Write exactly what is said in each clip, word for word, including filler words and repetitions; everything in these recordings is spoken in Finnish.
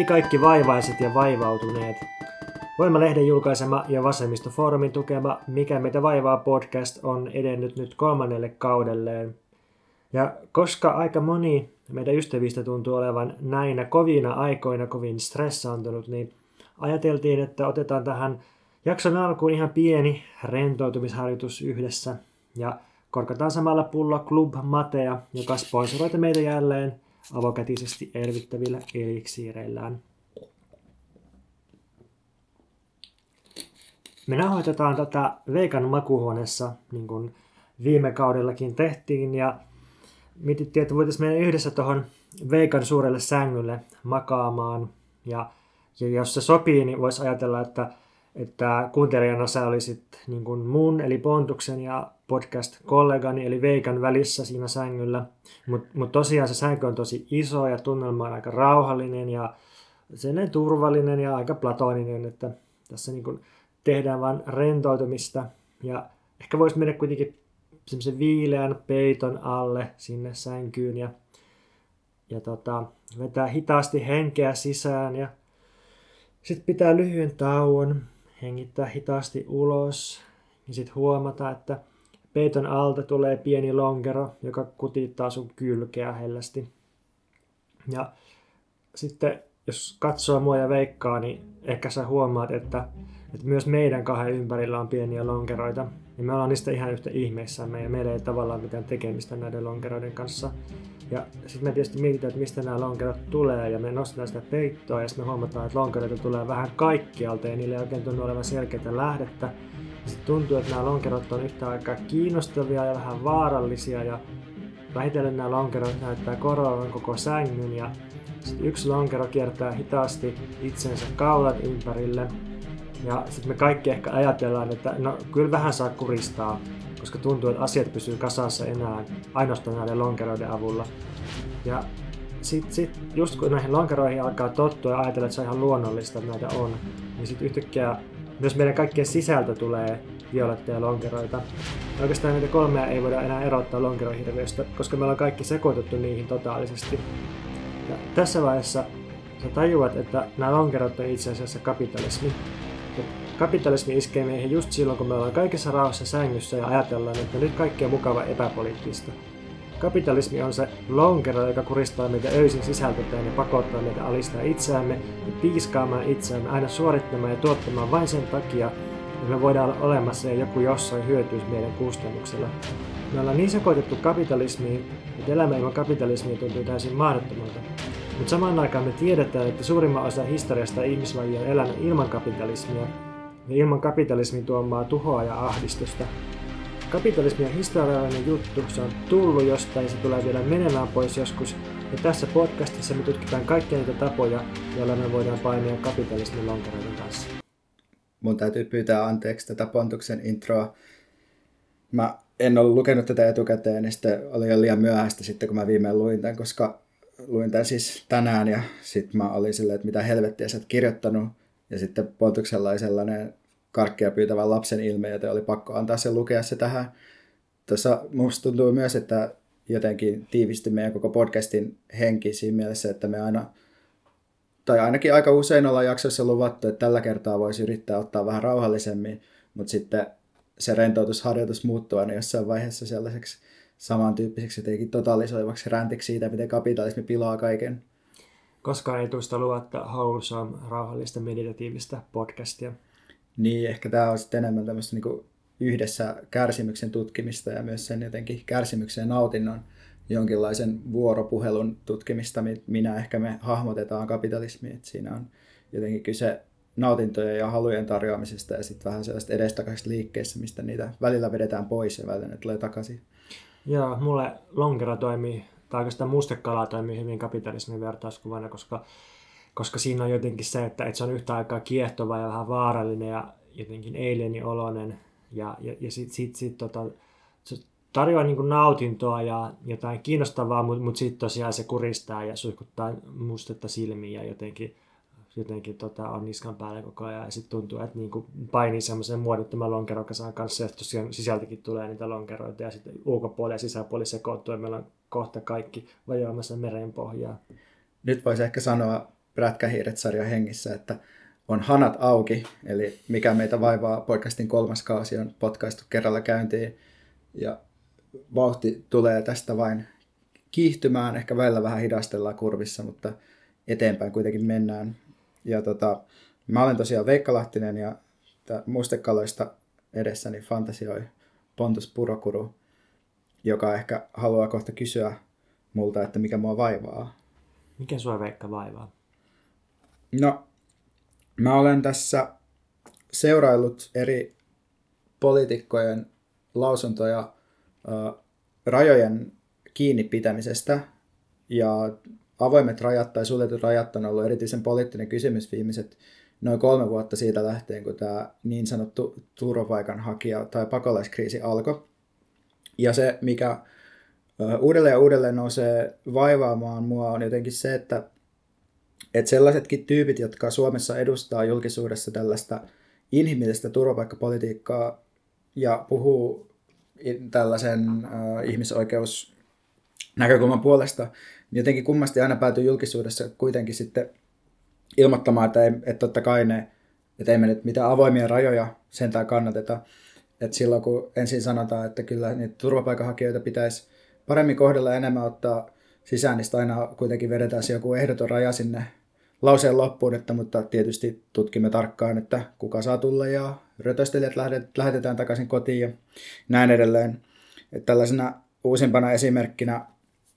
Hei kaikki vaivaiset ja vaivautuneet. Voima-lehden julkaisema ja Vasemmistofoorumin tukema Mikä meitä vaivaa podcast on edennyt nyt kolmannelle kaudelleen. Ja koska aika moni meidän ystävistä tuntuu olevan näinä kovina aikoina kovin stressaantunut, niin ajateltiin, että otetaan tähän jakson alkuun ihan pieni rentoutumisharjoitus yhdessä. Ja korkataan samalla pullo Club Matea, joka sponsoroita meitä jälleen avokätisesti elvyttävillä eliksiireillään. Me nauhoitetaan tätä Veikan makuuhuoneessa, niin kuin viime kaudellakin tehtiin, ja mietittiin, että voitaisiin mennä yhdessä tuohon Veikan suurelle sängylle makaamaan. Ja, ja jos se sopii, niin voisi ajatella, että, että kuuntelijana sä olisit niin kuin mun, eli Pontuksen ja podcast-kollegani, eli Veikan välissä siinä sängyllä. Mutta mut tosiaan se sänky on tosi iso ja tunnelma on aika rauhallinen ja sellainen turvallinen ja aika platoninen, että tässä niin kuin tehdään vaan rentoutumista. Ja ehkä voisi mennä kuitenkin semmoisen viileän peiton alle sinne sänkyyn ja, ja tota, vetää hitaasti henkeä sisään ja sitten pitää lyhyen tauon, hengittää hitaasti ulos ja sitten huomata, että peiton alta tulee pieni lonkero, joka kutittaa sun kylkeä hellästi. Ja sitten jos katsoo mua ja Veikkaa, niin ehkä sä huomaat, että, että myös meidän kahden ympärillä on pieniä lonkeroita. Ja me ollaan niistä ihan yhtä ihmeissämme ja meillä ei tavallaan mitään tekemistä näiden lonkeroiden kanssa. Ja sitten me tietysti mietitään, että mistä nämä lonkerot tulee ja me nostetaan sitä peittoa ja sitten me huomataan, että lonkeroita tulee vähän kaikkialta ja niillä ei oikein tunnu olevan selkeää lähdettä. Sitten tuntuu, että nämä lonkerot on yhtä aikaa kiinnostavia ja vähän vaarallisia ja vähitellen nämä lonkerot näyttää koroavan koko sängyn ja sitten yksi lonkero kiertää hitaasti itsensä kaulat ympärille ja sitten me kaikki ehkä ajatellaan, että no kyllä vähän saa kuristaa, koska tuntuu, että asiat pysyy kasassa enää ainoastaan näiden lonkeroiden avulla. Ja sitten sit, just kun näihin lonkeroihin alkaa tottua ja ajatella, että se on ihan luonnollista, että näitä on, niin sitten yhtäkkiä myös meidän kaikkien sisältö tulee violetteja lonkeroita. Ja oikeastaan näitä kolmea ei voida enää erottaa lonkerohirviöstä, koska me ollaan kaikki sekoitettu niihin totaalisesti. Ja tässä vaiheessa sä tajuat, että nämä lonkerot on itse asiassa kapitalismi. Ja kapitalismi iskee meihin just silloin, kun me ollaan kaikessa rauhassa sängyssä ja ajatellaan, että nyt kaikki on mukava epäpoliittista. Kapitalismi on se lonkero, joka kuristaa meitä öisin sisältötään ja pakottaa meitä alistaa itseämme ja piiskaamaan itseämme aina suorittamaan ja tuottamaan vain sen takia, että me voidaan olla olemassa ja joku jossain hyötyisi meidän kustannuksella. Me ollaan niin sekoitettu kapitalismiin, että elämä ilman kapitalismia tuntuu täysin mahdottomalta. Mutta samaan aikaan me tiedetään, että suurimman osa historiasta ihmislajia on elänyt ilman kapitalismia ja ilman kapitalismin tuomaa tuhoa ja ahdistusta. Kapitalismi on historiallinen juttu, se on tullut jostain ja se tulee vielä menemään pois joskus. Ja tässä podcastissa me tutkitaan kaikkia niitä tapoja, joilla me voidaan painia kapitalismin lonkeroiden kanssa. Mun täytyy pyytää anteeksi tätä Pontuksen introa. Mä en ollut lukenut tätä etukäteen, niin sitten oli jo liian myöhäistä sitten, kun mä viimein luin tämän, koska luin tämän siis tänään ja sitten mä olin silleen, että mitä helvettiä sä oot kirjoittanut. Ja sitten Pontuksella oli sellainen karkkia pyytävän lapsen ilme, joten oli pakko antaa se lukea se tähän. Tuossa musta tuntuu myös, että jotenkin tiivistyi meidän koko podcastin henki siinä mielessä, että me aina, tai ainakin aika usein ollaan jaksoissa luvattu, että tällä kertaa voisi yrittää ottaa vähän rauhallisemmin, mutta sitten se rentoutusharjoitus muuttuu aina jossain vaiheessa sellaiseksi samantyyppiseksi jotenkin totalisoivaksi räntiksi siitä, miten kapitalismi pilaa kaiken. Koskaan ei tuosta luvatta wholesome, rauhallista, meditatiivista podcastia. Niin, ehkä tämä on sitten enemmän tämmöistä niin yhdessä kärsimyksen tutkimista ja myös sen jotenkin kärsimyksen ja nautinnon jonkinlaisen vuoropuhelun tutkimista, minä ehkä me hahmotetaan kapitalismi, että siinä on jotenkin kyse nautintojen ja halujen tarjoamisesta ja sitten vähän sellaista edestakaisesta liikkeessä, mistä niitä välillä vedetään pois ja välillä ne tulee takaisin. Joo, mulle lonkero toimii, tai oikeastaan mustekala toimii hyvin kapitalismin vertauskuvana, koska Koska siinä on jotenkin se, että, että se on yhtä aikaa kiehtova ja vähän vaarallinen ja jotenkin alienioloinen. Ja, ja, ja sitten sit, sit, tota, se tarjoaa niin kuin nautintoa ja jotain kiinnostavaa, mutta mut sitten tosiaan se kuristaa ja suihkuttaa mustetta silmiin ja jotenkin, jotenkin tota, on niskan päällä koko ajan. Ja sitten tuntuu, että niin kuin painii semmoisen muodittoman lonkerokasan kanssa ja tosiaan sisältäkin tulee niitä lonkeroita ja sitten ulkopuoli ja sisäpuoli sekoittuu ja meillä on kohta kaikki vajoamassa merenpohjaa. Nyt voisi ehkä sanoa Prätkähiiret-sarja hengissä, että on hanat auki, eli mikä meitä vaivaa podcastin kolmas kausi on podcaistu kerralla käyntiin ja vauhti tulee tästä vain kiihtymään, ehkä välillä vähän hidastellaan kurvissa, mutta eteenpäin kuitenkin mennään. Ja tota, mä olen tosiaan Veikka Lahtinen ja mustekaloista edessäni fantasioi Pontus Purokuru, joka ehkä haluaa kohta kysyä multa, että mikä mua vaivaa. Mikä sua Veikka vaivaa? No, mä olen tässä seuraillut eri poliitikkojen lausuntoja äh, rajojen kiinni pitämisestä, ja avoimet rajat tai suljetut rajat on ollut erityisen poliittinen kysymys viimeiset noin kolme vuotta siitä lähtien, kun tämä niin sanottu turvapaikanhakija- tai pakolaiskriisi alkoi. Ja se, mikä uudelleen ja uudelleen nousee vaivaamaan mua, on jotenkin se, että, että sellaisetkin tyypit, jotka Suomessa edustaa julkisuudessa tällaista inhimillistä turvapaikkapolitiikkaa ja puhuu tällaisen äh, ihmisoikeusnäkökulman puolesta, niin jotenkin kummasti aina päätyy julkisuudessa kuitenkin sitten ilmoittamaan, että, ei, että totta kai ne, että ei me nyt mitään avoimia rajoja sentään kannateta. Että silloin kun ensin sanotaan, että kyllä niitä turvapaikanhakijoita pitäisi paremmin kohdella ja enemmän ottaa sisään, niin aina kuitenkin vedetään se joku ehdoton raja sinne lauseen loppuun, että, mutta tietysti tutkimme tarkkaan, että kuka saa tulla ja rötöstelijät lähetetään takaisin kotiin ja näin edelleen. Että tällaisena uusimpana esimerkkinä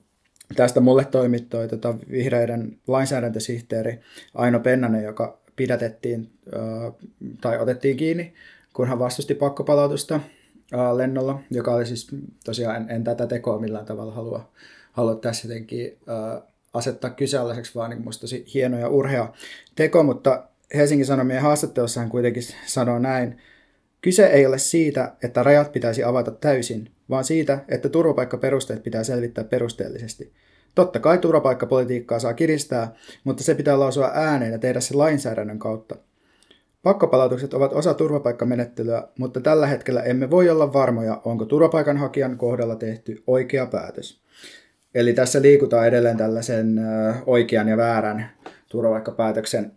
tästä mulle toimittoi tota vihreiden lainsäädäntösihteeri Aino Pennanen, joka pidätettiin äh, tai otettiin kiinni, kun hän vastusti pakkopalautusta äh, lennolla, joka oli siis tosiaan, en, en tätä tekoa millään tavalla halua, halua tässä jotenkin äh, asettaa kyseenalaiseksi, vaan niin musta tosi hieno ja urhea teko, mutta Helsingin Sanomien haastattelussa hän kuitenkin sanoo näin: kyse ei ole siitä, että rajat pitäisi avata täysin, vaan siitä, että turvapaikkaperusteet pitää selvittää perusteellisesti. Totta kai turvapaikkapolitiikkaa saa kiristää, mutta se pitää lausua ääneen ja tehdä se lainsäädännön kautta. Pakkopalautukset ovat osa turvapaikkamenettelyä, mutta tällä hetkellä emme voi olla varmoja, onko turvapaikanhakijan kohdalla tehty oikea päätös. Eli tässä liikutaan edelleen tällaisen oikean ja väärän turvapaikkapäätöksen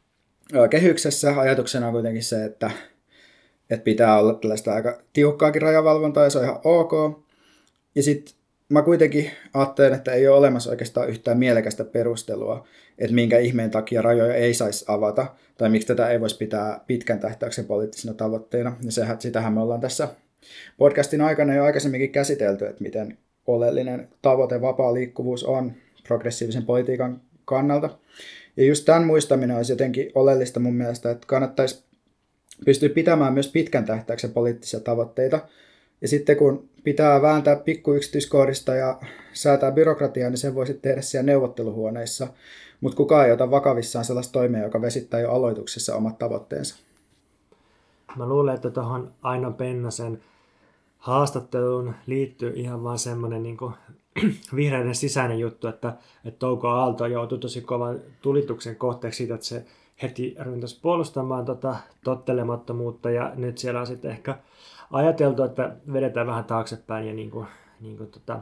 kehyksessä. Ajatuksena on kuitenkin se, että, että pitää olla tällaista aika tiukkaakin rajavalvontaa ja se on ihan ok. Ja sitten mä kuitenkin ajattelen, että ei ole olemassa oikeastaan yhtään mielekästä perustelua, että minkä ihmeen takia rajoja ei saisi avata, tai miksi tätä ei voisi pitää pitkän tähtäyksen poliittisena tavoitteena. Ja sehän, sitähän me ollaan tässä podcastin aikana jo aikaisemminkin käsitelty, että miten oleellinen tavoite vapaa liikkuvuus on progressiivisen politiikan kannalta. Ja just tämän muistaminen olisi jotenkin oleellista mun mielestä, että kannattaisi pystyä pitämään myös pitkän tähtäyksen poliittisia tavoitteita. Ja sitten kun pitää vääntää pikkuyksityiskohdista ja säätää byrokratiaa, niin sen voisi tehdä siellä neuvotteluhuoneissa. Mutta kukaan ei ota vakavissaan sellaista toimea, joka vesittää jo aloituksessa omat tavoitteensa. Mä luulen, että tuohon Aino Pennasen haastatteluun liittyy ihan vaan semmoinen niin kuin vihreiden sisäinen juttu, että, että Touko Aalto joutui tosi kovan tulituksen kohteeksi siitä, että se heti ryntäsi puolustamaan tota tottelemattomuutta, ja nyt siellä on sitten ehkä ajateltu, että vedetään vähän taaksepäin ja niin kuin, niin kuin tota,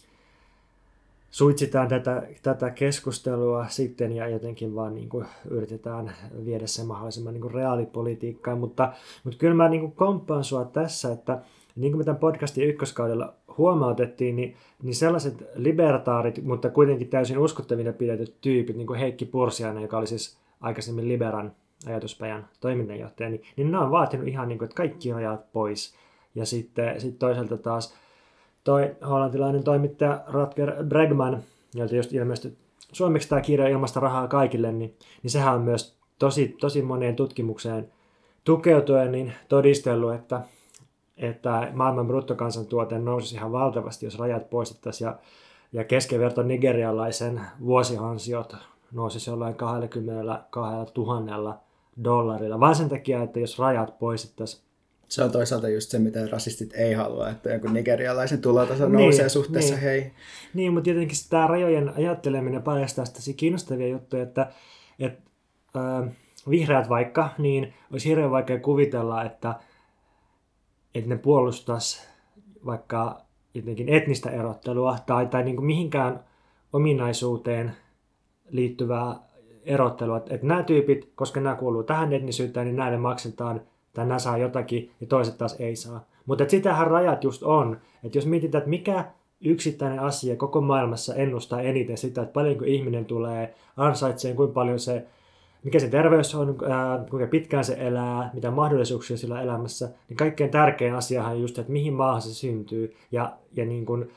suitsitaan tätä, tätä keskustelua sitten ja jotenkin vaan niin kuin yritetään viedä se mahdollisimman niin kuin reaalipolitiikkaan, mutta, mutta kyllä mä niin kuin komppaan sua tässä, että niin kuin me tämän podcastin ykköskaudella huomautettiin, niin, niin sellaiset libertaarit, mutta kuitenkin täysin uskottavina pidetyt tyypit, niin kuin Heikki Pursiainen, joka oli siis aikaisemmin Liberan ajatuspajan toiminnanjohtaja, niin, niin ne on vaatinut ihan niin kuin, että kaikki rajat pois. Ja sitten sit toisaalta taas toi hollantilainen toimittaja Rutger Bregman, jolta just ilmeisesti suomeksi tämä kirja Ilmasta rahaa kaikille, niin, niin sehän on myös tosi, tosi moneen tutkimukseen tukeutuen niin todistellut, että, että maailman bruttokansantuote nousisi ihan valtavasti, jos rajat poistettaisiin, ja, ja keskiverto nigerialaisen vuosihansiot nousisi jollain kaksikymmentäkaksituhatta dollarilla, vaan sen takia, että jos rajat poistettaisiin. Se on toisaalta just se, mitä rasistit ei halua, että jonkun nigerialaisen tulotaso nousee niin, suhteessa niin. hei. Niin, mutta tietenkin tämä rajojen ajatteleminen paljastaa sitä kiinnostavia juttuja, että, että äh, vihreät vaikka, niin olisi hirveän vaikea kuvitella, että, että ne puolustaisi vaikka jotenkin etnistä erottelua tai, tai niin kuin mihinkään ominaisuuteen liittyvää erottelua, että, että nämä tyypit, koska nämä kuuluu tähän etnisyyteen, niin näille maksetaan, tai nämä saa jotakin, ja toiset taas ei saa. Mutta sitähän rajat just on, että jos mietitään, että mikä yksittäinen asia koko maailmassa ennustaa eniten sitä, että paljonko ihminen tulee ansaitsee, kuinka paljon se, mikä se terveys on, ää, kuinka pitkään se elää, mitä mahdollisuuksia sillä elämässä, niin kaikkein tärkein asiahan on just, että mihin maahan se syntyy, ja, ja niin kuin,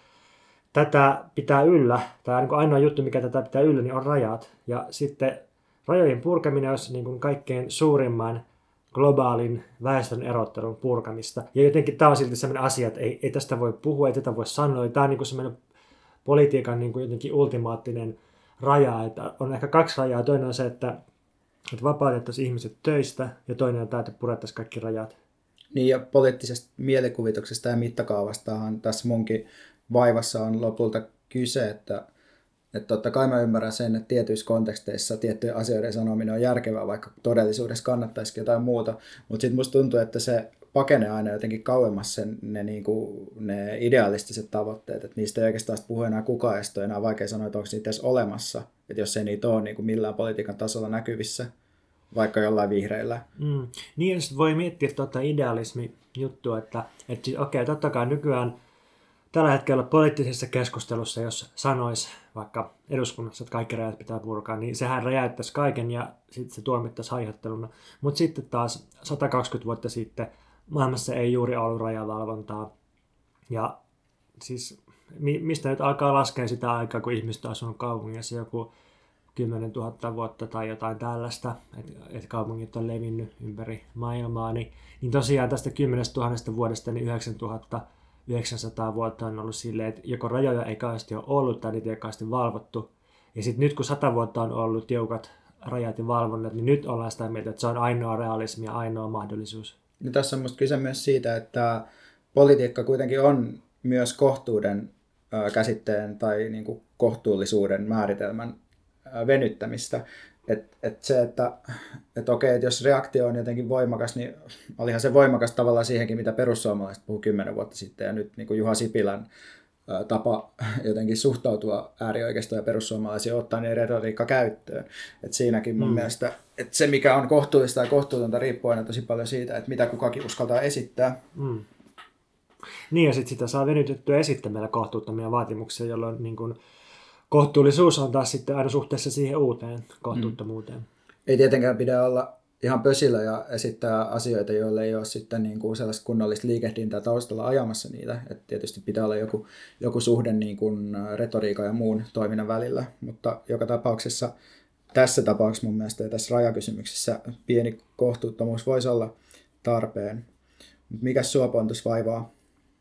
tätä pitää yllä, tai niin kuin ainoa juttu, mikä tätä pitää yllä, niin on rajat, ja sitten rajojen purkaminen olisi niin kuin kaikkein suurimman globaalin väestön erottelun purkamista. Ja jotenkin tämä on silti sellainen asia, että ei, ei tästä voi puhua, ei tätä voi sanoa. Tämä on niin kuin sellainen politiikan niin kuin jotenkin ultimaattinen raja. Että on ehkä kaksi rajaa. Toinen on se, että, että vapautettaisiin ihmiset töistä, ja toinen on tämä, että purettaisiin kaikki rajat. Niin, ja poliittisesta mielikuvituksesta ja mittakaavastahan tässä munkin vaivassa on lopulta kyse, että Että totta kai mä ymmärrän sen, että tietyissä konteksteissa tiettyjen asioiden sanominen on järkevää, vaikka todellisuudessa kannattaisikin jotain muuta. Mutta sitten musta tuntuu, että se pakenee aina jotenkin kauemmas sen, ne, niinku, ne idealistiset tavoitteet. Että niistä ei oikeastaan puhu enää kukaan, ja sitten on enää vaikea sanoa, että onko niitä edes olemassa. Että jos ei niitä ole niinku millään politiikan tasolla näkyvissä, vaikka jollain vihreillä. Mm. Niin, ja voi miettiä tuota idealismi-juttua, että, että okei, okay, totta kai nykyään tällä hetkellä poliittisessa keskustelussa, jos sanoisi vaikka eduskunnassa, että kaikki rajat pitää purkaa, niin sehän räjäyttäisi kaiken ja sitten se tuomittaisi haihatteluna. Mutta sitten taas sata kaksikymmentä vuotta sitten maailmassa ei juuri ollut rajavalvontaa. Ja siis mistä nyt alkaa laskea sitä aikaa, kun ihmiset on asunut kaupungissa joku kymmenen tuhatta vuotta tai jotain tällaista, että et kaupungit on levinnyt ympäri maailmaa, niin, niin tosiaan tästä kymmenestä tuhannesta vuodesta niin yhdeksäntuhatta yhdeksänsataa vuotta on ollut silleen, että joko rajoja ei kauheasti ole ollut tai niitä ei kauheasti valvottu. Ja sitten nyt kun sata vuotta on ollut tiukat rajat ja valvonnat, niin nyt ollaan sitä mieltä, että se on ainoa realismi ja ainoa mahdollisuus. Ja tässä on musta kyse myös siitä, että politiikka kuitenkin on myös kohtuuden käsitteen tai niin kuin kohtuullisuuden määritelmän venyttämistä. Että et se, että et okei, että jos reaktio on jotenkin voimakas, niin olihan se voimakas tavallaan siihenkin, mitä perussuomalaiset puhui kymmenen vuotta sitten. Ja nyt niin kuin Juha Sipilän ä, tapa jotenkin suhtautua äärioikeistoon ja perussuomalaisiin ottaa niin retoriikka käyttöön. Et siinäkin mun mm. mielestä, että se mikä on kohtuullista ja kohtuutonta riippuu aina tosi paljon siitä, että mitä kukakin uskaltaa esittää. Mm. Niin, ja sitten sitä saa venytettyä esittämällä kohtuuttomia vaatimuksia, jolloin niin kuin kohtuullisuus on taas sitten aina suhteessa siihen uuteen kohtuuttomuuteen. Mm. Ei tietenkään pidä olla ihan pösillä ja esittää asioita, joille ei ole sitten niin kuin sellaista kunnollista liikehdintää taustalla ajamassa niitä. Et tietysti pitää olla joku, joku suhde niin kuin retoriikan ja muun toiminnan välillä, mutta joka tapauksessa tässä tapauksessa mun mielestä ja tässä rajakysymyksessä pieni kohtuuttomuus voisi olla tarpeen. Mikäs sua Pontus vaivaa?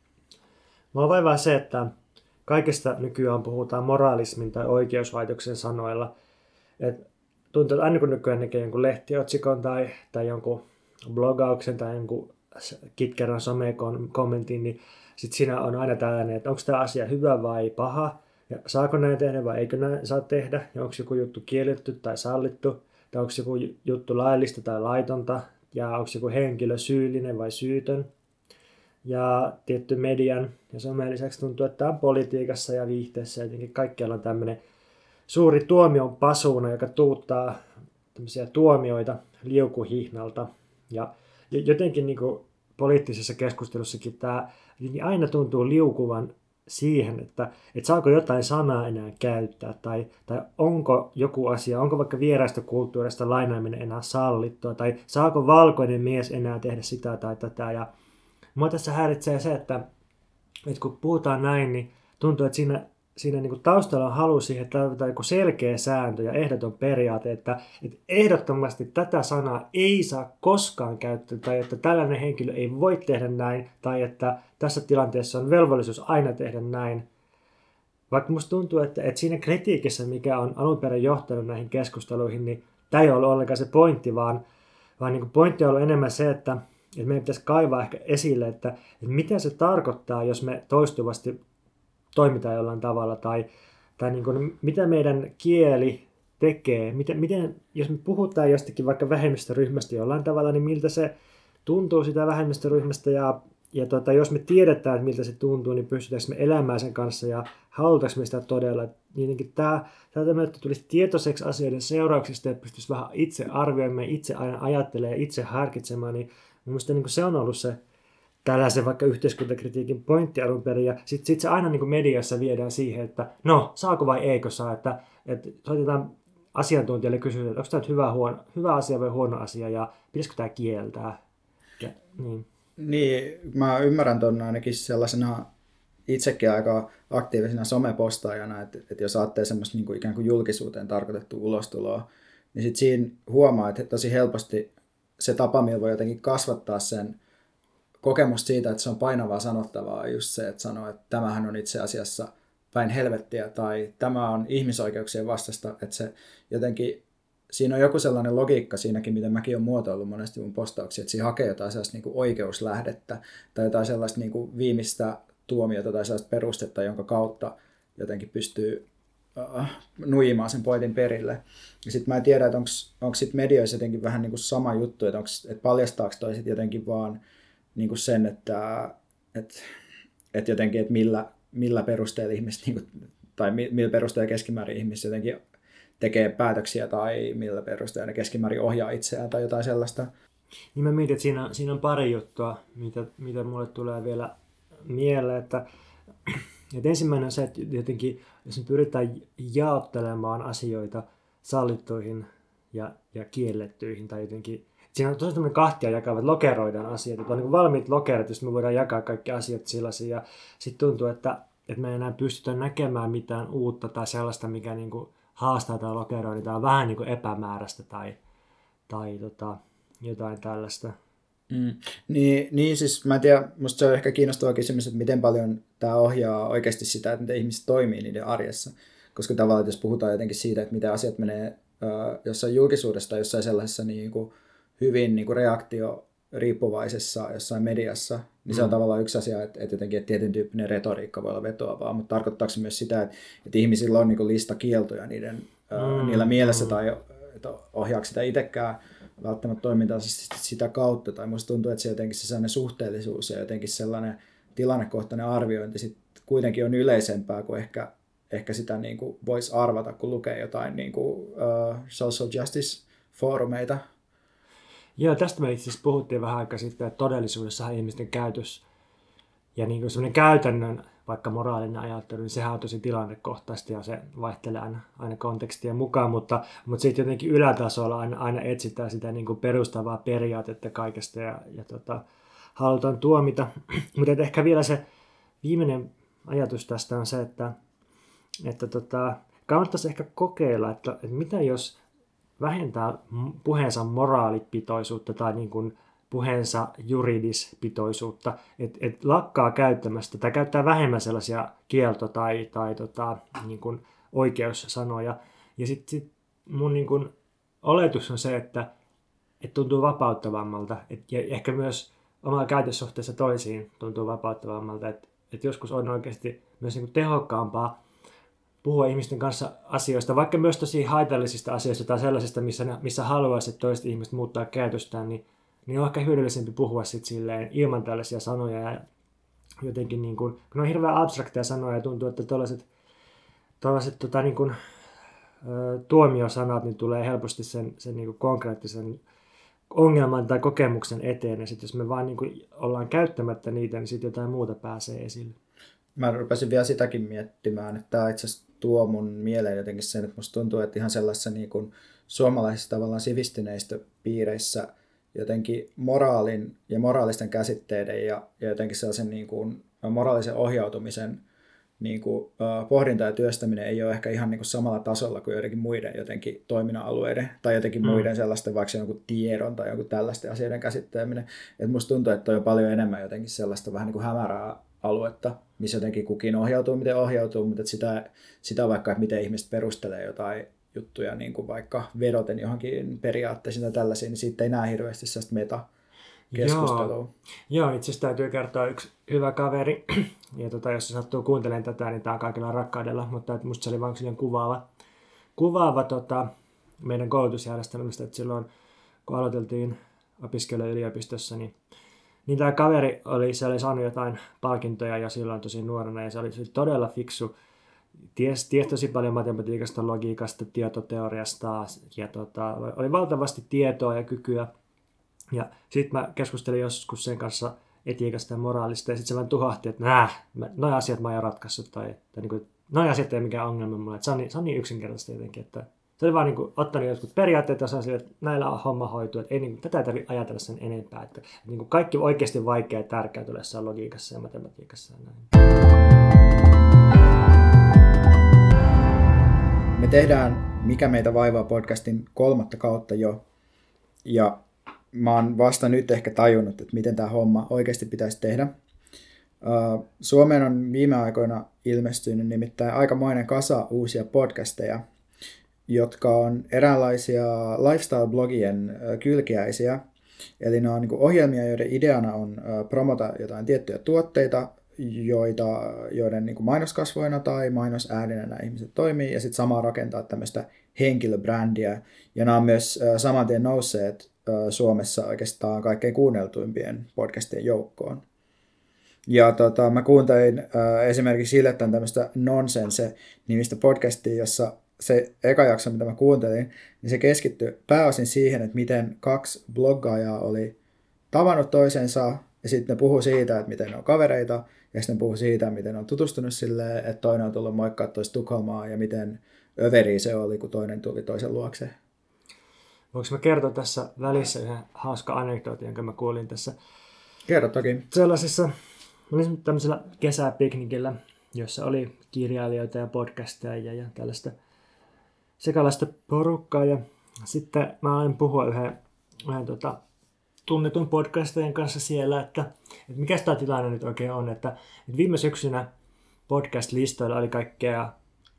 Mua vaivaa se, että kaikesta nykyään puhutaan moraalismin tai oikeuslaitoksen sanoilla. Et tuntuu, että aina kun nykyään näkee jonkun lehtiotsikon tai, tai jonkun blogauksen tai jonkun kitkerän some-kommentin, niin sit siinä on aina tällainen, että onko tämä asia hyvä vai paha, ja saako näin tehdä vai eikö näin saa tehdä, ja onko joku juttu kielletty tai sallittu, tai onko joku juttu laillista tai laitonta, ja onko joku henkilö syyllinen vai syytön. Ja tietty median ja somen lisäksi tuntuu, että tämä on politiikassa ja viihteessä jotenkin kaikkialla on tämmöinen suuri tuomion pasuuna, joka tuuttaa tämmöisiä tuomioita liukuhihnalta. Ja jotenkin niin kuin poliittisessa keskustelussakin tämä aina tuntuu liukuvan siihen, että, että saako jotain sanaa enää käyttää, tai, tai onko joku asia, onko vaikka vieraista kulttuurista lainaaminen enää sallittua, tai saako valkoinen mies enää tehdä sitä tai tätä. Ja mua tässä häiritsee se, että, että kun puhutaan näin, niin tuntuu, että siinä, siinä niin kuin taustalla on halu siihen, että tarvitaan joku selkeä sääntö ja ehdoton periaate, että, että ehdottomasti tätä sanaa ei saa koskaan käyttää, tai että tällainen henkilö ei voi tehdä näin, tai että tässä tilanteessa on velvollisuus aina tehdä näin. Vaikka musta tuntuu, että, että siinä kritiikissä, mikä on alun perin johtanut näihin keskusteluihin, niin tämä ei ole ollenkaan se pointti, vaan, vaan niin kuin pointti on ollut enemmän se, että että meidän pitäisi kaivaa ehkä esille, että, että mitä se tarkoittaa, jos me toistuvasti toimitaan jollain tavalla, tai, tai niin kuin, mitä meidän kieli tekee, miten, miten, jos me puhutaan jostakin vaikka vähemmistöryhmästä jollain tavalla, niin miltä se tuntuu sitä vähemmistöryhmästä, ja ja tota, jos me tiedetään, että miltä se tuntuu, niin pystytäänkö me elämään sen kanssa ja halutaanko me sitä todella. Jotenkin tämä, tämä että tulisi tietoiseksi asioiden seurauksista ja pystyisi vähän itse arvioimaan, itse aina ajattelee, itse harkitsemaan, niin mielestäni niin se on ollut se tällaisen vaikka yhteiskuntakritiikin pointti alun perin. Ja sitten sit se aina niin kuin mediassa viedään siihen, että no, saako vai eikö saa, että, että soitetaan asiantuntijalle kysyä, että onko tämä nyt hyvä, huono, hyvä asia vai huono asia ja pitäisikö tämä kieltää. Ja, niin. Niin, mä ymmärrän tuon ainakin sellaisena itsekin aika aktiivisena somepostaajana, että, että jos ajattelee semmoista niin kuin ikään kuin julkisuuteen tarkoitettua ulostuloa, niin sitten siinä huomaa, että tosi helposti se tapa, millä voi jotenkin kasvattaa sen kokemusta siitä, että se on painavaa sanottavaa, just se, että sanoo, että tämähän on itse asiassa päin helvettiä tai tämä on ihmisoikeuksien vastasta, että se jotenkin, siinä on joku sellainen logiikka siinäkin, miten mäkin olen muotoillut monesti mun postauksia, että siinä hakee jotain sellaista niin kuin oikeuslähdettä tai jotain sellaista niin kuin viimeistä tuomiota tai sellaista perustetta, jonka kautta jotenkin pystyy uh, nuijimaan sen pointin perille. Ja sitten mä en tiedä, että onko sitten medioissa jotenkin vähän niin kuin sama juttu, että, onks, että paljastaako toi sitten jotenkin vaan niin kuin sen, että, että, että jotenkin, että millä, millä perusteella ihmiset, niin kuin, tai millä perusteella keskimäärin ihmiset jotenkin tekee päätöksiä tai millä perusteella ne keskimäärin ohjaa itseään tai jotain sellaista. Niin mä mietin, että siinä, siinä on pari juttua, mitä, mitä mulle tulee vielä mieleen. Että, että ensimmäinen on se, että jotenkin, jos me pyritään jaottelemaan asioita sallittuihin ja, ja kiellettyihin tai jotenkin, siinä on tosiaan tämmöinen kahtia jakavat, lokeroidaan asiat, että on niin valmiit lokerat, jos me voidaan jakaa kaikki asiat sellaisia. Ja sitten tuntuu, että, että me ei enää pystytä näkemään mitään uutta tai sellaista, mikä niin kuin haastaa tai lokeroi, niin tämä on vähän niin kuin epämääräistä tai, tai tota, jotain tällaista. Mm. Niin, niin siis mä en tiedä, musta se on ehkä kiinnostava kysymys, että miten paljon tämä ohjaa oikeasti sitä, että miten ihmiset toimii niiden arjessa. Koska tavallaan, jos puhutaan jotenkin siitä, että miten asiat menee äh, jossain julkisuudessa tai jossain sellaisessa niin kuin hyvin niin kuin reaktio-riippuvaisessa jossain mediassa, niin se on mm. tavallaan yksi asia, että, että jotenkin että tietyn tyyppinen retoriikka voi olla vetoavaa, mutta tarkoittaako se myös sitä, että, että ihmisillä on niin kuin lista kieltoja niiden, mm. äh, niillä mielessä mm. tai että ohjaako sitä itsekään välttämättä toimintaansa sitä kautta, tai musta tuntuu, että se jotenkin se sellainen suhteellisuus ja jotenkin sellainen tilannekohtainen arviointi sit kuitenkin on yleisempää kuin ehkä, ehkä sitä niin kuin voisi arvata, kun lukee jotain niin kuin, uh, social justice-foorumeita. Joo, tästä me itse asiassa puhuttiin vähän aikaa sitten, että todellisuudessahan ihmisten käytös ja niin kuin semmoinen käytännön, vaikka moraalinen ajattelu, niin sehän on tosi tilannekohtaisesti ja se vaihtelee aina, aina kontekstia mukaan, mutta, mutta sitten jotenkin ylätasolla aina, aina etsitään sitä niin kuin perustavaa periaatetta kaikesta ja, ja tota, halutaan tuomita. Mutta ehkä vielä se viimeinen ajatus tästä on se, että, että tota, kannattaisi ehkä kokeilla, että, että mitä jos vähentää puheensa moraalipitoisuutta tai niin kuin puheensa juridispitoisuutta, että et lakkaa käyttämästä tai käyttää vähemmän sellaisia kielto- tai, tai tota, niin kuin oikeussanoja. Ja sitten sit mun niin kuin oletus on se, että et tuntuu vapauttavammalta et, ja ehkä myös omalla käytössuhteessa toisiin tuntuu vapauttavammalta, että et joskus on oikeasti myös niin kuin tehokkaampaa puhua ihmisten kanssa asioista, vaikka myös tosi haitallisista asioista tai sellaisista, missä, missä haluaisi, että toiset ihmiset muuttaa käytöstään, niin niin on ehkä hyödyllisempi puhua sit silleen ilman tällaisia sanoja ja jotenkin niin kuin, kun ne on hirveän abstrakteja sanoja ja tuntuu, että tällaiset, tällaiset tota niin kuin, ö, tuomiosanat niin tulee helposti sen, sen niin kuin konkreettisen ongelman tai kokemuksen eteen ja sitten jos me vaan niin kuin ollaan käyttämättä niitä, niin sitten jotain muuta pääsee esille. Mä rupesin vielä sitäkin miettimään, että tämä itse asiassa tuo mun mieleen jotenkin sen, että musta tuntuu, että ihan sellaisessa niin kuin suomalaisissa tavallaan sivistyneistä piireissä jotenkin moraalin ja moraalisten käsitteiden ja, ja jotenkin sellaisen niin kuin moraalisen ohjautumisen niin kuin, uh, pohdinta ja työstäminen ei ole ehkä ihan niin kuin samalla tasolla kuin joidenkin muiden jotenkin toiminnan alueiden tai jotenkin mm. muiden sellaisten vaikka jonkun tiedon tai jonkun tällaisten asioiden käsitteleminen. Et musta tuntuu, että on paljon enemmän jotenkin sellaista vähän niin kuin hämärää aluetta, missä jotenkin kukin ohjautuu, miten ohjautuu, mutta sitä, sitä vaikka, että miten ihmiset perustelee jotain juttuja, niin kuin vaikka vedoten johonkin periaatteisiin tai tällaisiin, niin siitä ei näe hirveästi sellaista meta-keskustelua. Joo, Joo itse asiassa täytyy kertoa yksi hyvä kaveri, ja tota, jos se sattuu kuuntelemaan tätä, niin tämä on kaikilla rakkaudella, mutta musta se oli vain silleen kuvaava, kuvaava tota, meidän koulutusjärjestelmästä, että silloin kun aloiteltiin opiskella yliopistossa, niin, Niin tämä kaveri oli, se oli saanut jotain palkintoja jo silloin tosi nuorena, ja se oli todella fiksu. Ties, ties tosi paljon matematiikasta, logiikasta, tietoteoriasta, ja tota, oli valtavasti tietoa ja kykyä. Ja sitten mä keskustelin joskus sen kanssa etiikasta ja moraalista, ja sitten se vaan tuhahti, että nää, noi asiat mä oon jo ratkaissut, tai, tai niin kuin, noi asiat ei ole mikään ongelma mulle. Että se, on niin, se on niin yksinkertaista jotenkin, että se oli vaan niin kuin, ottanut jotkut periaatteet, ja sanoi, että näillä on homma hoituu, että ei, niin kuin, tätä ei tarvitse ajatella sen enempää. Että, että niin kuin kaikki oikeasti vaikea ja tärkeää tulee jossain logiikassa ja matematiikassa. Ja näin. Me tehdään Mikä meitä vaivaa podcastin kolmatta kautta jo, ja mä oon vasta nyt ehkä tajunnut, että miten tämä homma oikeasti pitäisi tehdä. Suomeen on viime aikoina ilmestynyt nimittäin aikamoinen kasa uusia podcasteja, jotka on eräänlaisia lifestyle-blogien kylkiäisiä. Eli ne on niin kuin ohjelmia, joiden ideana on promota jotain tiettyjä tuotteita, joita, joiden niin kuin mainoskasvoina tai mainosäädinä nämä ihmiset toimii, ja sitten samaa rakentaa tämmöistä henkilöbrändiä. Ja nämä on myös saman tien nousseet Suomessa oikeastaan kaikkein kuunneltuimpien podcastien joukkoon. Ja tota, mä kuuntelin äh, esimerkiksi hiljattain tämmöistä Nonsense-nimistä podcastia, jossa se eka jakso, mitä mä kuuntelin, niin se keskittyi pääosin siihen, että miten kaksi bloggaajaa oli tavannut toisensa, ja sitten ne puhui siitä, että miten ne on kavereita, ja sitten ne puhui siitä, miten ne on tutustunut silleen, että toinen on tullut moikkaa toista Tukholmaa, ja miten överi se oli, kun toinen tuli toisen luokse. Voinko mä kertoa tässä välissä yhden hauska anekdootin, jonka mä kuulin tässä? Kerro toki. Sellaisissa, olin tämmöisellä kesäpiknikillä, jossa oli kirjailijoita ja podcasteja ja tällaista sekalaista porukkaa. Ja sitten mä aloin puhua yhden, yhden tota, tunnetun podcastajan kanssa siellä, että, että mikä tämä tilanne nyt oikein on. Että, että viime syksynä podcast-listoilla oli kaikkea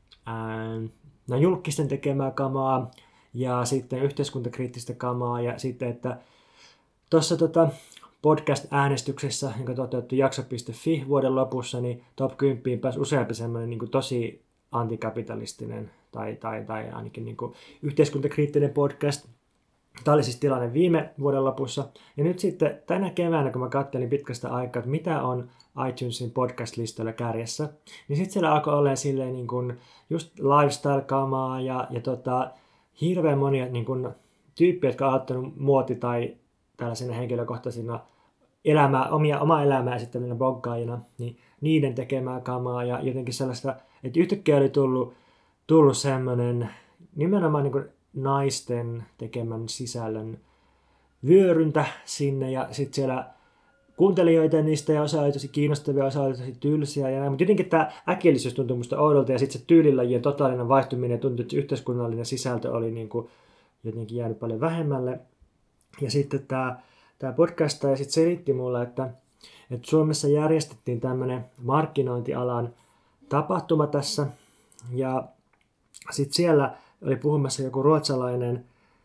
ää, julkisten tekemää kamaa, ja sitten yhteiskuntakriittistä kamaa, ja sitten, että tuossa tota podcast-äänestyksessä, joka toteutui jakso piste fi vuoden lopussa, niin top kymmenen pääsi useampi semmoinen niin kuin tosi antikapitalistinen tai, tai, tai ainakin niin kuin yhteiskuntakriittinen podcast. Tämä oli siis tilanne viime vuoden lopussa. Ja nyt sitten tänä keväänä, kun mä katselin pitkästä aikaa, että mitä on iTunesin podcast-listoilla kärjessä, niin sitten siellä alkoi olemaan silleen niin kuin just lifestyle-kamaa ja, ja tota, hirveän monia niin kuin, tyyppejä, jotka on ottanut muoti- tai tällaisina henkilökohtaisina elämää, omia, omaa elämää esittävinä bloggaajina, niin niiden tekemää kamaa ja jotenkin sellaista, että yhtäkkiä oli tullut, tullut semmoinen nimenomaan niin kuin naisten tekemän sisällön vyöryntä sinne ja sitten siellä kuuntelijoita niistä ja osa oli tosi kiinnostavia, osa oli tosi tylsiä ja näin, mutta jotenkin tämä äkillisyys tuntui musta oudolta ja sitten se tyylilajien totaalinen vaihtuminen tuntui, että yhteiskunnallinen sisältö oli niin kuin jotenkin jäänyt paljon vähemmälle. Ja sitten tämä, tämä podcastaja sitten selitti mulle, että, että Suomessa järjestettiin tämmöinen markkinointialan tapahtuma tässä ja sitten siellä oli puhumassa joku ruotsalainen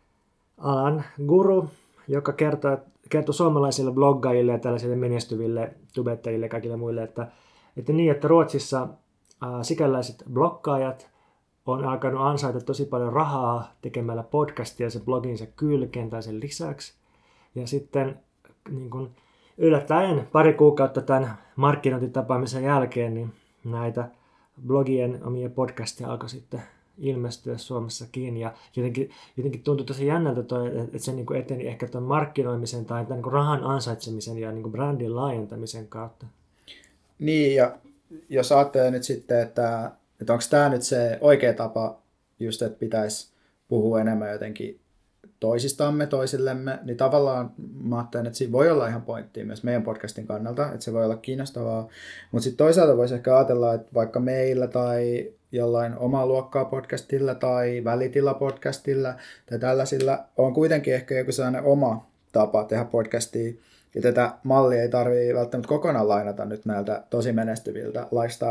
alan guru, joka kertoi, kertoi suomalaisille bloggaajille ja tällaisille menestyville tubettajille ja kaikille muille, että, että niin, että Ruotsissa ää, sikäläiset bloggaajat on alkanut ansaita tosi paljon rahaa tekemällä podcastia sen bloginsa kylkeen tai sen lisäksi. Ja sitten niin kun yllättäen pari kuukautta tämän markkinointitapaamisen jälkeen, niin näitä blogien omia podcasteja alkoi sitten ilmestyä Suomessakin. Ja jotenkin, jotenkin tuntui tosi jännältä, toi, että se niin kuin eteni ehkä tuon markkinoimisen tai tämän niin kuin rahan ansaitsemisen ja niin kuin brändin laajentamisen kautta. Niin, ja jos ajattelee nyt sitten, että, että onko tämä nyt se oikea tapa, just että pitäisi puhua enemmän jotenkin toisistamme, toisillemme, niin tavallaan mä ajattelen, että siinä voi olla ihan pointtia myös meidän podcastin kannalta, että se voi olla kiinnostavaa, mutta sitten toisaalta voisi ehkä ajatella, että vaikka meillä tai jollain omaa luokkaa podcastilla tai välitila podcastilla tai tällaisilla on kuitenkin ehkä joku sellainen oma tapa tehdä podcastia, ja tätä mallia ei tarvitse välttämättä kokonaan lainata nyt näiltä tosi menestyviltä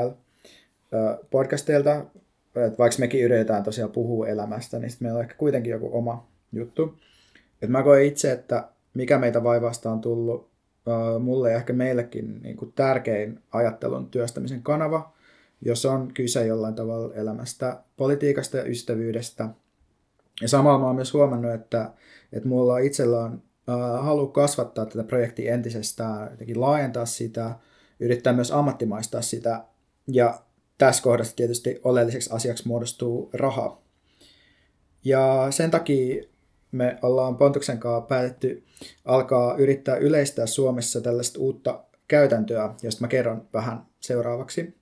lifestyle-podcasteilta, että vaikka mekin yritetään tosiaan puhua elämästä, niin meillä on ehkä kuitenkin joku oma juttu. Et mä koen itse, että mikä meitä vaivasta on tullut uh, mulle ja ehkä meillekin niin kuin tärkein ajattelun työstämisen kanava, jos on kyse jollain tavalla elämästä, politiikasta ja ystävyydestä. Ja samalla mä oon myös huomannut, että, että mulla itsellä on haluaa kasvattaa tätä projektia entisestään, jotenkin laajentaa sitä, yrittää myös ammattimaistaa sitä, ja tässä kohdassa tietysti oleelliseksi asiaksi muodostuu raha. Ja sen takia me ollaan Pontuksen kanssa päätetty alkaa yrittää yleistää Suomessa tällaista uutta käytäntöä, josta mä kerron vähän seuraavaksi.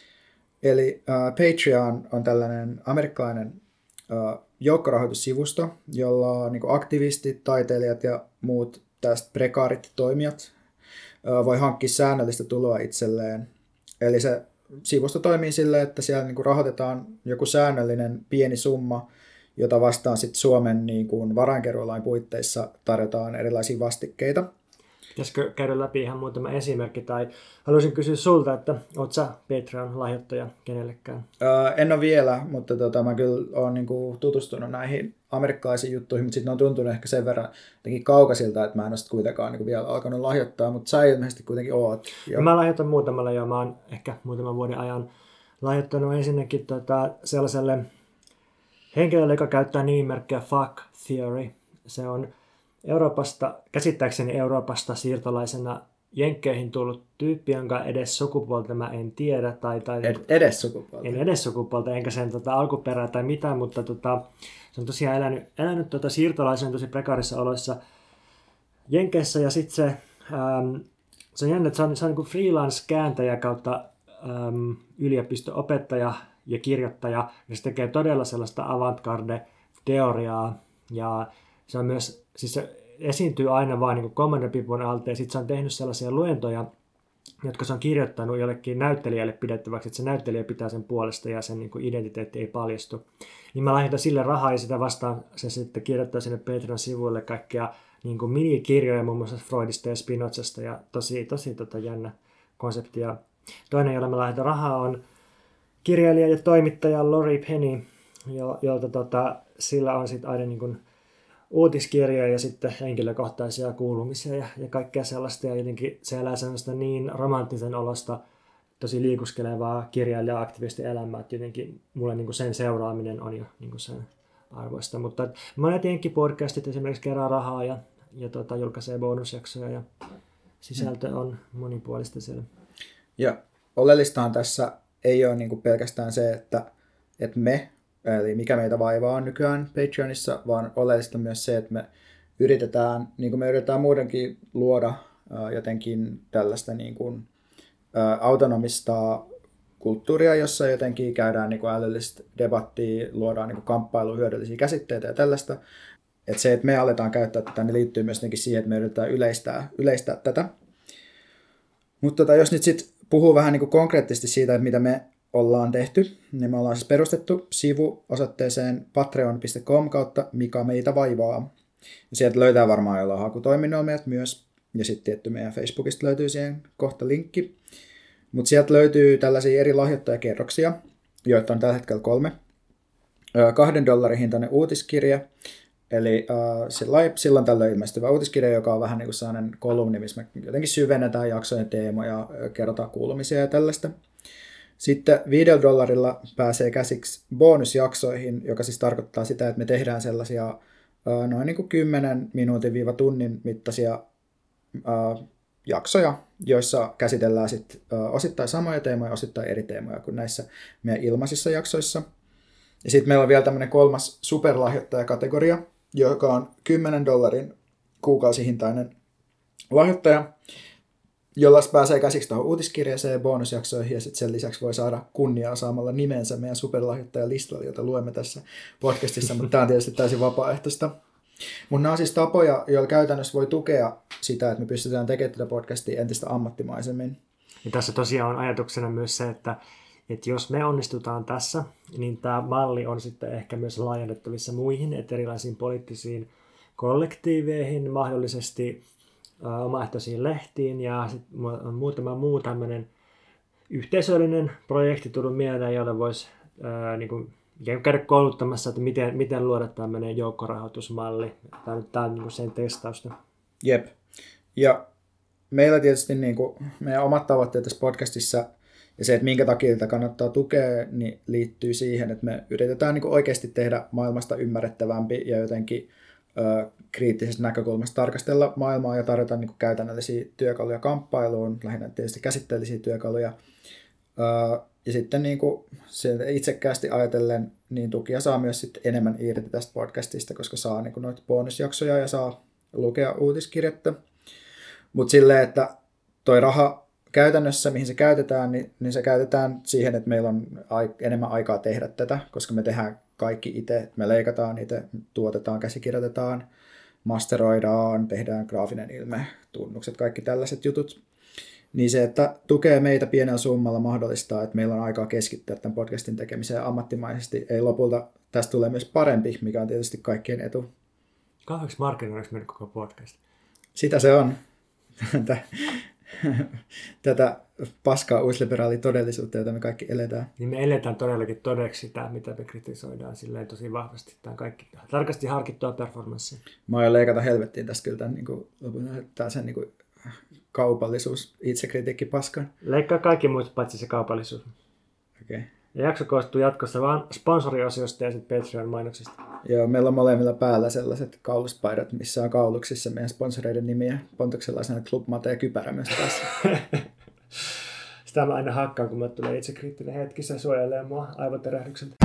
Eli uh, Patreon on tällainen amerikkalainen uh, joukkorahoitussivusto, jolla niin kuin aktivistit, taiteilijat ja muut tästä prekaarit toimijat uh, voi hankkia säännöllistä tuloa itselleen. Eli se sivusto toimii silleen, että siellä niin kuin rahoitetaan joku säännöllinen pieni summa, jota vastaan sitten Suomen niin kuin varainkeruulain puitteissa tarjotaan erilaisia vastikkeita. Pitäisikö käydä läpi ihan muutama esimerkki, tai haluaisin kysyä sulta, että oot sä Patreon-lahjoittaja kenellekään? Öö, en ole vielä, mutta tota, mä kyllä olen niinku tutustunut näihin amerikkalaisiin juttuihin, mutta sitten ne on tuntunut ehkä sen verran jotenkin kaukaisilta, että mä en ole kuitenkaan niinku vielä alkanut lahjoittaa, mutta sä ilmeisesti kuitenkin oot. No, mä lahjoitan muutamalla jo, mä oon ehkä muutaman vuoden ajan lahjoittanut ensinnäkin tota, sellaiselle henkilölle, joka käyttää nimimerkkiä Fuck Theory. Se on Euroopasta, käsittääkseni Euroopasta siirtolaisena Jenkkeihin tullut tyyppi, jonka edes sukupuolta mä en tiedä. Tai, tai Ed, edes sukupuolta. En edes sukupuolta, enkä sen tota, alkuperää tai mitään, mutta tota, se on tosiaan elänyt, elänyt tota, siirtolaisen tosi prekaarissa oloissa Jenkeissä. Ja sitten se, ähm, se on jännä, että se on, se on niin kuin freelance-kääntäjä kautta ähm, yliopisto-opettaja ja kirjoittaja. Ja se tekee todella sellaista avantgarde-teoriaa. Ja se on myös, siis se esiintyy aina vain niin Commander Pipun alta, ja sitten se on tehnyt sellaisia luentoja, jotka se on kirjoittanut jollekin näyttelijälle pidettäväksi, että se näyttelijä pitää sen puolesta ja sen niin kuin identiteetti ei paljastu. Niin mä lahjoitan sille rahaa ja sitä vastaan se sitten kirjoittaa sinne Patreon sivuille kaikkia niin kuin minikirjoja muun muassa Freudista ja Spinozasta ja tosi, tosi tota jännä konsepti. Ja toinen, jolla mä lahjoitan rahaa, on kirjailija ja toimittaja Lori Penny, jo, jolta tota, sillä on sitten aina niin kuin uutiskirjoja ja sitten henkilökohtaisia kuulumisia ja, ja kaikkea sellaista. Ja jotenkin se elää sellaista niin romanttisen olosta, tosi liikuskelevaa kirjailija-aktivistin elämää, että jotenkin mulle niin kuin sen seuraaminen on jo niin kuin sen arvoista. Mutta monet jenkkipodcastit esimerkiksi kerää rahaa ja, ja tota, julkaisee bonusjaksoja ja sisältö on monipuolista siellä. Ja oleellistaan tässä ei ole niin kuin pelkästään se, että, että me, eli mikä meitä vaivaa on nykyään Patreonissa, vaan oleellista myös se, että me yritetään, niin kuin me yritetään muutenkin luoda ää, jotenkin tällaista niin kuin, ää, autonomista kulttuuria, jossa jotenkin käydään niin kuin älyllistä debattia, luodaan niin kuin kamppailuun hyödyllisiä käsitteitä ja tällaista. Että se, että me aletaan käyttää tätä, niin liittyy myös siihen, että me yritetään yleistää, yleistää tätä. Mutta tota, jos nyt sitten puhuu vähän niin kuin konkreettisesti siitä, että mitä me ollaan tehty, niin me ollaan siis perustettu sivu osoitteeseen patreon piste com kautta mikä meitä vaivaa. Ja sieltä löytää varmaan jollain hakutoiminnoilla meidät myös, ja sitten tietty meidän Facebookista löytyy siihen kohta linkki. Mutta sieltä löytyy tällaisia eri lahjoittajakerroksia, joita on tällä hetkellä kolme. Kahden dollarin hintainen uutiskirja, eli äh, silloin tällöin ilmestyvä uutiskirja, joka on vähän niin kuin sellainen kolumni, missä me jotenkin syvennetään jaksojen teemoja, kerrotaan kuulumisia ja tällaista. Sitten viidellä dollarilla pääsee käsiksi bonusjaksoihin, joka siis tarkoittaa sitä, että me tehdään sellaisia äh, noin niin kuin kymmenen minuutin viiva tunnin mittaisia äh, jaksoja, joissa käsitellään sit, äh, osittain samoja teemoja, osittain eri teemoja kuin näissä meidän ilmaisissa jaksoissa. Ja sitten meillä on vielä tämmöinen kolmas superlahjoittajakategoria, joka on kymmenen dollarin kuukausihintainen lahjoittaja, jolla pääsee käsiksi tuohon uutiskirjeeseen, bonusjaksoihin ja sitten sen lisäksi voi saada kunniaa saamalla nimensä meidän superlahjoittajalistalla, jota luemme tässä podcastissa, mutta tämä on tietysti täysin vapaaehtoista. Mutta nämä on siis tapoja, joilla käytännössä voi tukea sitä, että me pystytään tekemään tätä podcastia entistä ammattimaisemmin. Ja tässä tosiaan on ajatuksena myös se, että, että jos me onnistutaan tässä, niin tämä malli on sitten ehkä myös laajennettavissa muihin, että erilaisiin poliittisiin kollektiiveihin, mahdollisesti omaehtoisiin lehtiin ja sitten on muutama muu tämmöinen yhteisöllinen projekti tullut mieleen, jolle voisi ää, niin kuin, käydä kouluttamassa, että miten, miten luoda tämmöinen joukkorahoitusmalli. Tämä on, tämä on niin kuin sen testausta. Jep. Ja meillä tietysti niin kuin, meidän omat tavoitteet tässä podcastissa ja se, että minkä takia tätä kannattaa tukea, niin liittyy siihen, että me yritetään niin kuin oikeasti tehdä maailmasta ymmärrettävämpi ja jotenkin ö, kriittisestä näkökulmasta tarkastella maailmaa ja tarjota niin kuin käytännöllisiä työkaluja kamppailuun, lähinnä tietysti käsitteellisiä työkaluja. Ö, ja sitten niin kuin itsekkäästi ajatellen, niin tukia saa myös sit enemmän irti tästä podcastista, koska saa niin kuin noita bonusjaksoja ja saa lukea uutiskirjettä. Mutta silleen, että toi raha käytännössä, mihin se käytetään, niin, niin se käytetään siihen, että meillä on ai- enemmän aikaa tehdä tätä, koska me tehdään kaikki itse. Me leikataan itse, tuotetaan, käsikirjoitetaan, masteroidaan, tehdään graafinen ilme, tunnukset, kaikki tällaiset jutut. Niin se, että tukee meitä pienellä summalla mahdollistaa, että meillä on aikaa keskittyä tämän podcastin tekemiseen ammattimaisesti. Ei lopulta tästä tulee myös parempi, mikä on tietysti kaikkien etu. Kauheeksi markkinoiksi mennyt koko podcast? Sitä se on. Tätä paskaa uusliberaalia todellisuutta, jota me kaikki eletään. Niin me eletään todellakin todeksi sitä, mitä me kritisoidaan silleen tosi vahvasti. Tämä on kaikki tarkasti harkittua performanssia. Mä oon jo leikata helvettiin tästä kyllä tämän, niin kuin, tämän sen niin kuin, kaupallisuus, itsekritiikki paskan. Leikkaa kaikki muut paitsi se kaupallisuus. Okei. Okay. Ja jakso koostuu jatkossa vaan sponsoriosiosta ja sitten Patreon-mainoksista. Joo, meillä on molemmilla päällä sellaiset kauluspaidat, missä on kauluksissa meidän sponsoreiden nimiä. Pontuksellaisena Club Mate ja kypärä myös tässä. Sitä mä aina hakkaan, kun mä tulee itsekriittinen hetki, se suojelee mua aivoterähdykseltä.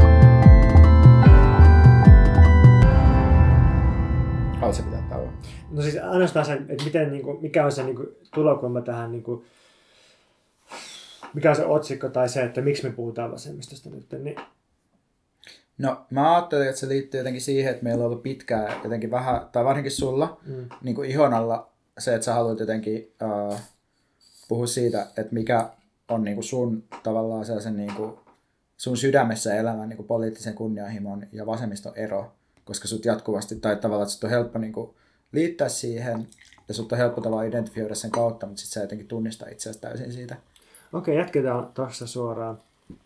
Haluatko pitää tauon? No siis ainoastaan se, että miten, niin kuin, mikä on se niin kuin, tulokulma tähän, niin kuin, mikä on se otsikko tai se, että miksi me puhutaan vasemmistosta nyt. Niin... No mä ajattelin, että se liittyy jotenkin siihen, että meillä on ollut pitkään jotenkin vähän, tai varsinkin sulla, mm. niin kuin ihon alla se, että sä haluat jotenkin uh, puhua siitä, että mikä on niin kuin sun tavallaan sellaisen niin kuin, sun sydämessä elämän niin kuin poliittisen kunnianhimon ja vasemmiston ero, koska sut jatkuvasti, tai tavallaan, että sut on helppo niin kuin, liittää siihen, ja sut on helppo tavallaan identifioida sen kautta, mutta sit sä jotenkin tunnistaa itseäsi täysin siitä. Okei, jatketaan tuossa suoraan.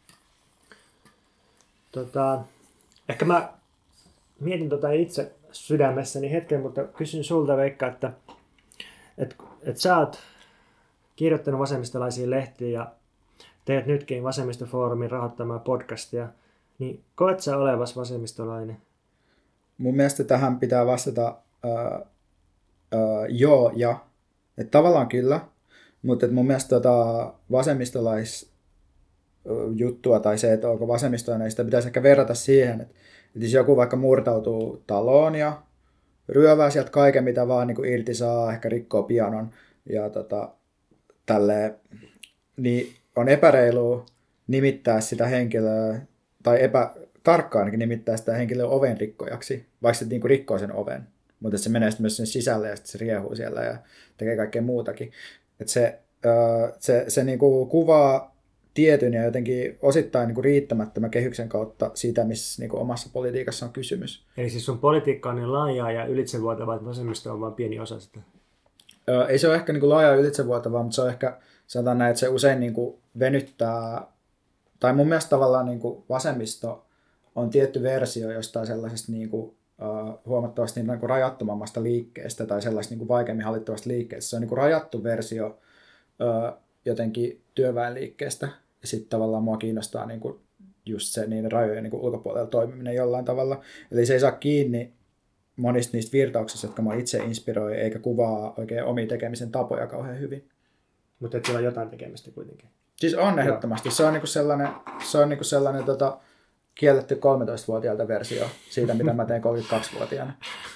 Tota, ehkä mä mietin tota itse sydämessäni hetken, mutta kysyn sulta, Veikka, että et, et sä oot kirjoittanut vasemmistolaisiin lehtiin ja teet nytkin Vasemmistofoorumin rahoittamaa podcastia, niin koet sä olevas vasemmistolainen? Mun mielestä tähän pitää vastata uh, uh, joo ja. Että tavallaan kyllä, mutta mun mielestä tota vasemmistolaisjuttua tai se, että onko vasemmistolainen, niin sitä pitäisi ehkä verrata siihen, että, että jos joku vaikka murtautuu taloon ja ryövää sieltä kaiken, mitä vaan niin kuin irti saa, ehkä rikkoo pianon ja tota, tälleen, niin on epäreilua nimittää sitä henkilöä, tai epä, tarkkaan ainakin nimittää sitä henkilöä ovenrikkojaksi, vaikka se niin kuin rikkoo sen oven. Mutta se menee sitten myös sen sisälle ja sitten se riehuu siellä ja tekee kaikkea muutakin. Että se se, se niin kuin kuvaa tietyn ja jotenkin osittain niin kuin riittämättömän kehyksen kautta siitä, missä niin kuin omassa politiikassa on kysymys. Eli siis sun politiikka on niin laajaa ja ylitsevuotavaa, että vasemmisto on vain pieni osa sitä? Ei se ole ehkä niin kuin laajaa ylitsevuotavaa, mutta se on ehkä, sanotaan näin, että se usein niin kuin venyttää, tai mun mielestä tavallaan niin kuin vasemmisto on tietty versio jostain sellaisesta niin kuin, uh, huomattavasti niin kuin rajattomammasta liikkeestä tai sellaisesta niin kuin vaikeammin hallittavasta liikkeestä. Se on niin kuin rajattu versio uh, jotenkin työväenliikkeestä ja sitten tavallaan mua kiinnostaa niin kuin just se niiden rajojen niin kuin ulkopuolella toimiminen jollain tavalla. Eli se ei saa kiinni monista niistä virtauksista, jotka mua itse inspiroi, eikä kuvaa oikein omia tekemisen tapoja kauhean hyvin. Mutta et sillä on jotain tekemistä kuitenkin. Siis on ehdottomasti. Se on niinku sellainen, se on niinku sellainen tota, kielletty kolmetoistavuotiaalta versio siitä, mitä mä teen kolmekymmentäkaksivuotiaana.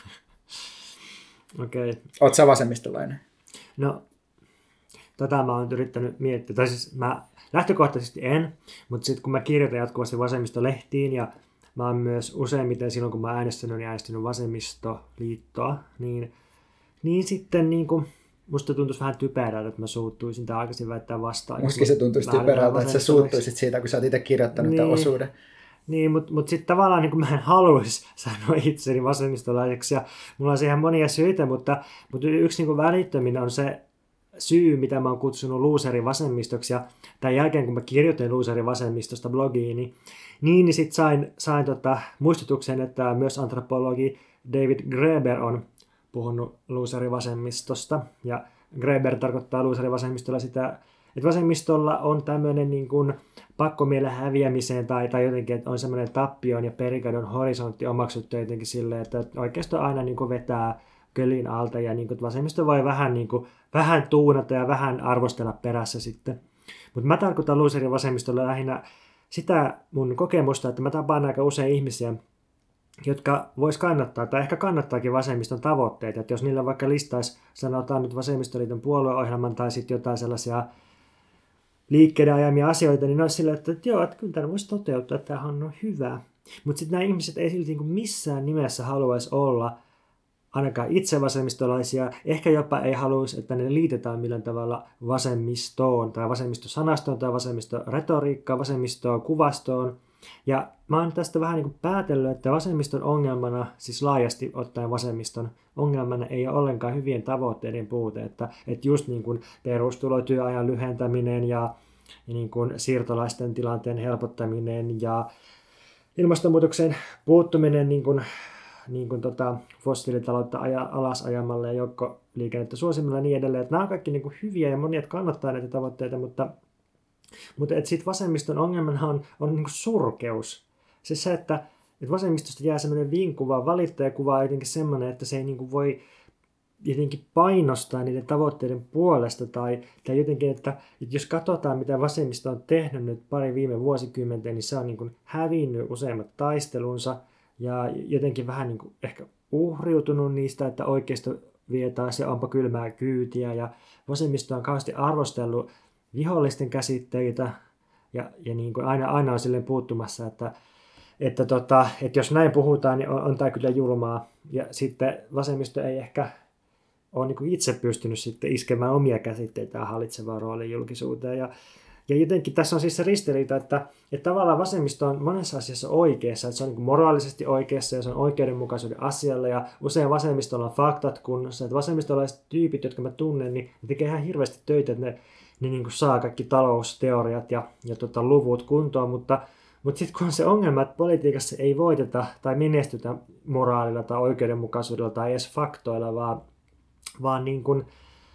Okei. Okay. Oot sä vasemmistolainen? No, tota mä oon yrittänyt miettiä. Tai siis mä lähtökohtaisesti en, mutta sitten kun mä kirjoitan jatkuvasti vasemmistolehtiin ja mä oon myös useimmiten silloin, kun mä äänestänyt, niin äänestänyt vasemmistoliittoa, niin, niin sitten niin kuin musta tuntuisi vähän typerältä, että mä suuttuisin tai aikaisin väittää vastaan. Mustakin se tuntuisi typerältä, että sä suuttuisit siitä, kun sä oot itse kirjoittanut niin, tämän osuuden. Niin, mutta mut sitten tavallaan niin mä en haluaisi sanoa itseni vasemmistolaiseksi ja mulla on siihen monia syitä, mutta, mutta yksi niin välittömin on se syy, mitä mä oon kutsunut luuserin vasemmistoksi ja tämän jälkeen, kun mä kirjoitin luuserin vasemmistosta blogiin, niin, niin, niin sitten sain, sain tota, muistutuksen, että myös antropologi David Graeber on puhunut luuserivasemmistosta. Ja Graeber tarkoittaa luuserivasemmistolla sitä, että vasemmistolla on tämmöinen niin kuin pakkomielen häviämiseen tai, tai jotenkin, että on semmoinen tappioon ja perikadon horisontti omaksuttu jotenkin silleen, että oikeastaan aina niin kuin vetää kölin alta ja niin kuin, vasemmisto voi vähän, niin kuin, vähän tuunata ja vähän arvostella perässä sitten. Mutta mä tarkoitan loserin vasemmistolla lähinnä sitä mun kokemusta, että mä tapaan aika usein ihmisiä, jotka vois kannattaa, tai ehkä kannattaakin vasemmiston tavoitteita. Että jos niillä vaikka listaisi, sanotaan nyt vasemmistoliiton puolueohjelman tai sitten jotain sellaisia liikkeiden ajamia asioita, niin ne olisi silleen, että, että joo, että kyllä tämä voisi toteuttaa, että tämähän on hyvä. Mutta sitten nämä ihmiset ei silti niin missään nimessä haluaisi olla ainakaan itse vasemmistolaisia, ehkä jopa ei haluaisi, että ne liitetään millään tavalla vasemmistoon tai vasemmistosanastoon tai vasemmistoretoriikkaan, vasemmistoon kuvastoon. Ja mä oon tästä vähän niin kuin päätellyt, että vasemmiston ongelmana, siis laajasti ottaen vasemmiston ongelmana ei ole ollenkaan hyvien tavoitteiden puute, että, että just niin kuin perustulotyöajan lyhentäminen ja, ja niin kuin siirtolaisten tilanteen helpottaminen ja ilmastonmuutoksen puuttuminen niin kuin niin kuin tota, fossiilitaloutta aja, alas ajamalla ja joukkoliikennettä suosimalla ja niin edelleen. Että nämä on kaikki niin kuin hyviä ja monet kannattaa näitä tavoitteita, mutta, mutta sitten vasemmiston ongelmana on, on niin kuin surkeus. Siis se, että, että vasemmistosta jää semmoinen vinkuva, valittajakuva jotenkin semmoinen, että se ei niin kuin voi jotenkin painostaa niiden tavoitteiden puolesta tai, tai jotenkin, että, että jos katsotaan, mitä vasemmisto on tehnyt nyt pari viime vuosikymmentä, niin se on niin kuin hävinnyt useimmat taistelunsa ja jotenkin vähän niin kuin ehkä uhriutunut niistä, että oikeisto vie taas ja onpa kylmää kyytiä ja vasemmisto on kauheasti arvostellut vihollisten käsitteitä ja, ja niin kuin aina, aina on silleen puuttumassa, että, että, tota, että jos näin puhutaan, niin on, on tämä kyllä julmaa ja sitten vasemmisto ei ehkä ole niin kuin itse pystynyt sitten iskemään omia käsitteitä hallitsevaan rooliin julkisuuteen ja Ja jotenkin tässä on siis se ristiriita, että, että tavallaan vasemmisto on monessa asiassa oikeassa, että se on niin kuin moraalisesti oikeassa ja se on oikeudenmukaisuuden asialla ja usein vasemmistolla on faktat kunnossa, että vasemmistolaiset tyypit, jotka mä tunnen, niin ne tekee ihan hirveästi töitä, että ne, ne niin kuin saa kaikki talousteoriat ja, ja tota, luvut kuntoon, mutta, mutta sitten kun on se ongelma, että politiikassa ei voiteta tai menestytä moraalilla tai oikeudenmukaisuudella tai edes faktoilla, vaan, vaan niin kuin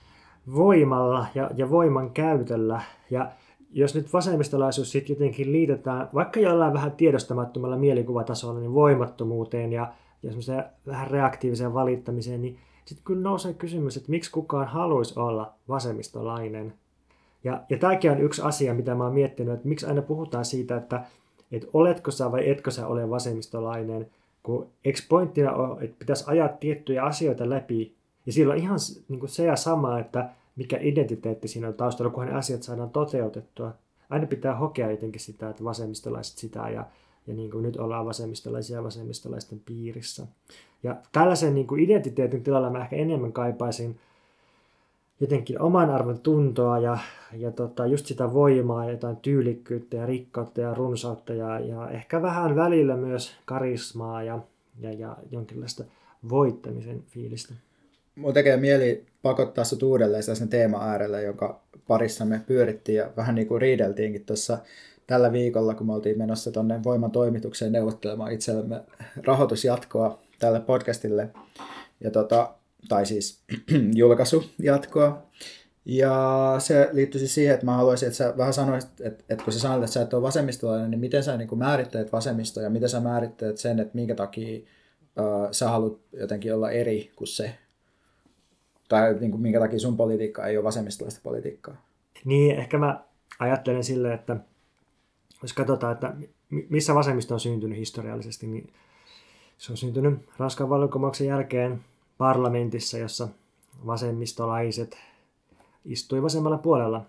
voimalla ja, ja voiman käytöllä ja jos nyt vasemmistolaisuus sitten jotenkin liitetään, vaikka jollain vähän tiedostamattomalla mielikuvatasolla, niin voimattomuuteen ja, ja semmoiseen vähän reaktiiviseen valittamiseen, niin sitten kyllä nousee kysymys, että miksi kukaan haluaisi olla vasemmistolainen. Ja, ja tämäkin on yksi asia, mitä mä oon miettinyt, että miksi aina puhutaan siitä, että, että oletko sä vai etkö sä ole vasemmistolainen, kun eikö pointtina ole, että pitäisi ajaa tiettyjä asioita läpi, ja silloin on ihan niin kuin se ja sama, että mikä identiteetti siinä on taustalla, kunhan ne asiat saadaan toteutettua. Aina pitää hokea jotenkin sitä, että vasemmistolaiset sitä ja, ja niin kuin nyt ollaan vasemmistolaisia ja vasemmistolaisten piirissä. Ja tällaisen niin kuin identiteetin tilalla mä ehkä enemmän kaipaisin jotenkin oman arvon tuntoa ja, ja tota, just sitä voimaa ja jotain tyylikkyyttä ja rikkautta ja runsautta ja, ja ehkä vähän välillä myös karismaa ja, ja, ja jonkinlaista voittamisen fiilistä. Mulla tekee mieli pakottaa sut uudelleen sellaisen teema äärelle, jonka parissa me pyörittiin ja vähän niin kuin riideltiinkin tuossa tällä viikolla, kun me oltiin menossa tuonne Voimatoimitukseen neuvottelemaan itsellemme rahoitusjatkoa tälle podcastille, ja tota, tai siis julkaisujatkoa. Ja se liittyisi siihen, että mä haluaisin, että sä vähän sanoisit, että, että kun sä sanoit, että sä et ole vasemmistolainen, niin miten sä niin kuin määrittelet vasemmistoa ja miten sä määrittelet sen, että minkä takia uh, sä haluat jotenkin olla eri kuin se, tai niin kuin, minkä takia sun politiikka ei ole vasemmistolaista politiikkaa? Niin, ehkä mä ajattelen silleen, että jos katsotaan, että missä vasemmisto on syntynyt historiallisesti, niin se on syntynyt Ranskan vallankumouksen jälkeen parlamentissa, jossa vasemmistolaiset istui vasemmalla puolella.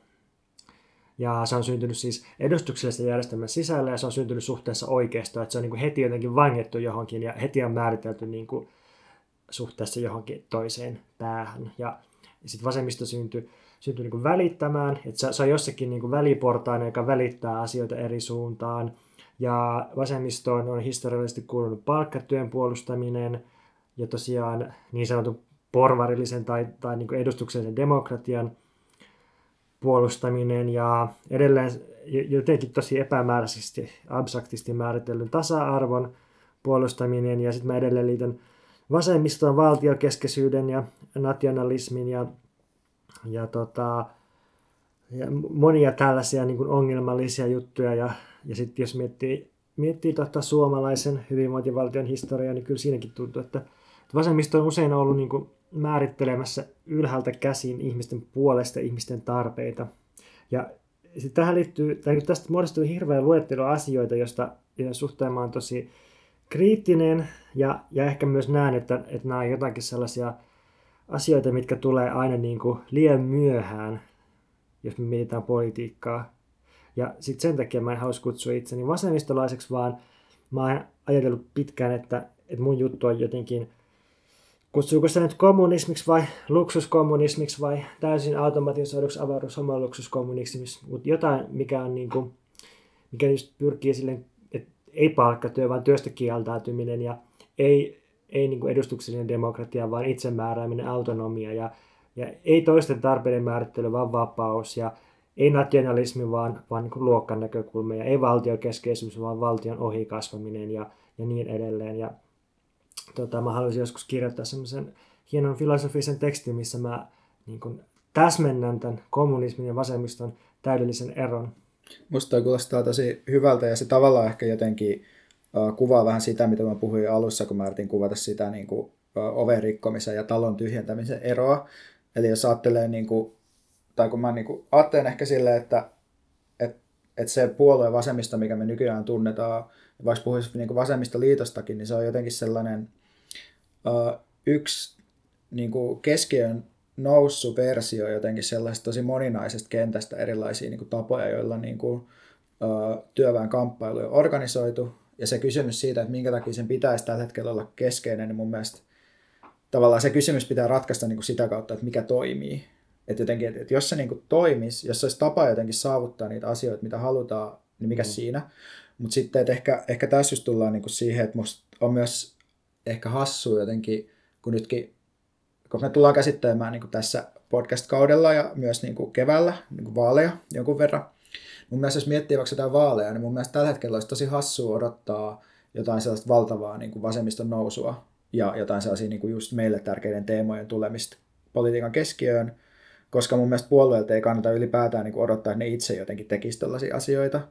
Ja se on syntynyt siis edustuksellisen järjestelmän sisällä ja se on syntynyt suhteessa oikeistoon, että se on niin kuin heti jotenkin vangettu johonkin ja heti on määritelty niin kuin suhteessa johonkin toiseen päähän. Ja sitten vasemmisto syntyi, syntyi niin kuin välittämään, että se, se on jossakin niin kuin väliportainen, joka välittää asioita eri suuntaan. Ja vasemmistoon on historiallisesti kuulunut palkkatyön puolustaminen ja tosiaan niin sanotun porvarillisen tai, tai niin kuin edustuksellisen demokratian puolustaminen ja edelleen jotenkin tosi epämääräisesti, abstraktisti määritellyn tasa-arvon puolustaminen ja sitten mä edelleen liitän vasemmiston valtiokeskeisyyden ja nationalismin ja, ja tota, ja monia tällaisia niin kuin ongelmallisia juttuja. Ja, ja sitten jos miettii, miettii tota suomalaisen hyvinvointivaltion historiaa, niin kyllä siinäkin tuntuu, että vasemmisto on usein ollut niin kuin määrittelemässä ylhäältä käsin ihmisten puolesta ihmisten tarpeita. Ja sitten tähän liittyy, tai tästä muodostuu hirveän luettelo asioita, joista suhteen mä oon tosi kriittinen, ja, ja ehkä myös näen, että, että nämä on jotakin sellaisia asioita, mitkä tulee aina niin kuin liian myöhään, jos me mietitään politiikkaa. Ja sitten sen takia mä en halus kutsua itseni vasemmistolaiseksi, vaan mä oon ajatellut pitkään, että, että mun juttu on jotenkin, kutsuuko se nyt kommunismiksi vai luksuskommunismiksi vai täysin automatisoiduksi avaruushomo-luksuskommunismiksi, mutta jotain, mikä, on niin kuin, mikä just pyrkii silleen, että ei palkkatyö, vaan työstä kieltäytyminen ja ei, ei niin kuin edustuksellinen demokratia, vaan itsemäärääminen, autonomia ja, ja ei toisten tarpeiden määrittely, vaan vapaus ja ei nationalismi, vaan, vaan niin kuin luokan näkökulma ja ei valtiokeskeisyys, vaan valtion ohikasvaminen ja, ja niin edelleen. Ja, tota, mä haluaisin joskus kirjoittaa semmoisen hienon filosofisen tekstin, missä mä niin kuin täsmennän tämän kommunismin ja vasemmiston täydellisen eron. Musta toi kuulostaa tosi hyvältä ja se tavallaan ehkä jotenkin uh, kuvaa vähän sitä, mitä mä puhuin alussa, kun mä yritin kuvata sitä niin kuin, uh, oven rikkomisen ja talon tyhjentämisen eroa. Eli jos ajattelee, niin kuin, tai kun mä niin kuin, ajattelen ehkä silleen, että et, et se puolue vasemmisto, mikä me nykyään tunnetaan, vaikka puhuisi niin kuin vasemmistoliitostakin, niin se on jotenkin sellainen uh, yksi niin kuin keskiön noussut versio jotenkin sellaisesta tosi moninaisesta kentästä erilaisia niin kuin tapoja, joilla niin kuin, uh, työväen kamppailu on organisoitu. Ja se kysymys siitä, että minkä takia sen pitäisi tällä hetkellä olla keskeinen, niin mun mielestä tavallaan se kysymys pitää ratkaista niin kuin sitä kautta, että mikä toimii. Että jotenkin, että, että jos se niin kuin toimisi, jos se olisi tapa jotenkin saavuttaa niitä asioita, mitä halutaan, niin mikä mm. siinä. Mutta sitten, että ehkä, ehkä tässä just tullaan niin kuin siihen, että musta on myös ehkä hassua jotenkin, kun nytkin kun me tullaan käsittelemään niin kuin tässä podcast-kaudella ja myös niin kuin keväällä niin kuin vaaleja jonkun verran. Mun mielestä jos miettii vaikka jotain vaaleja, niin mun mielestä tällä hetkellä olisi tosi hassua odottaa jotain sellaista valtavaa niin kuin vasemmiston nousua ja jotain sellaisia niin kuin just meille tärkeiden teemojen tulemista politiikan keskiöön, koska mun mielestä puolueelta ei kannata ylipäätään niin kuin odottaa, että ne itse jotenkin tekisivät tällaisia asioita.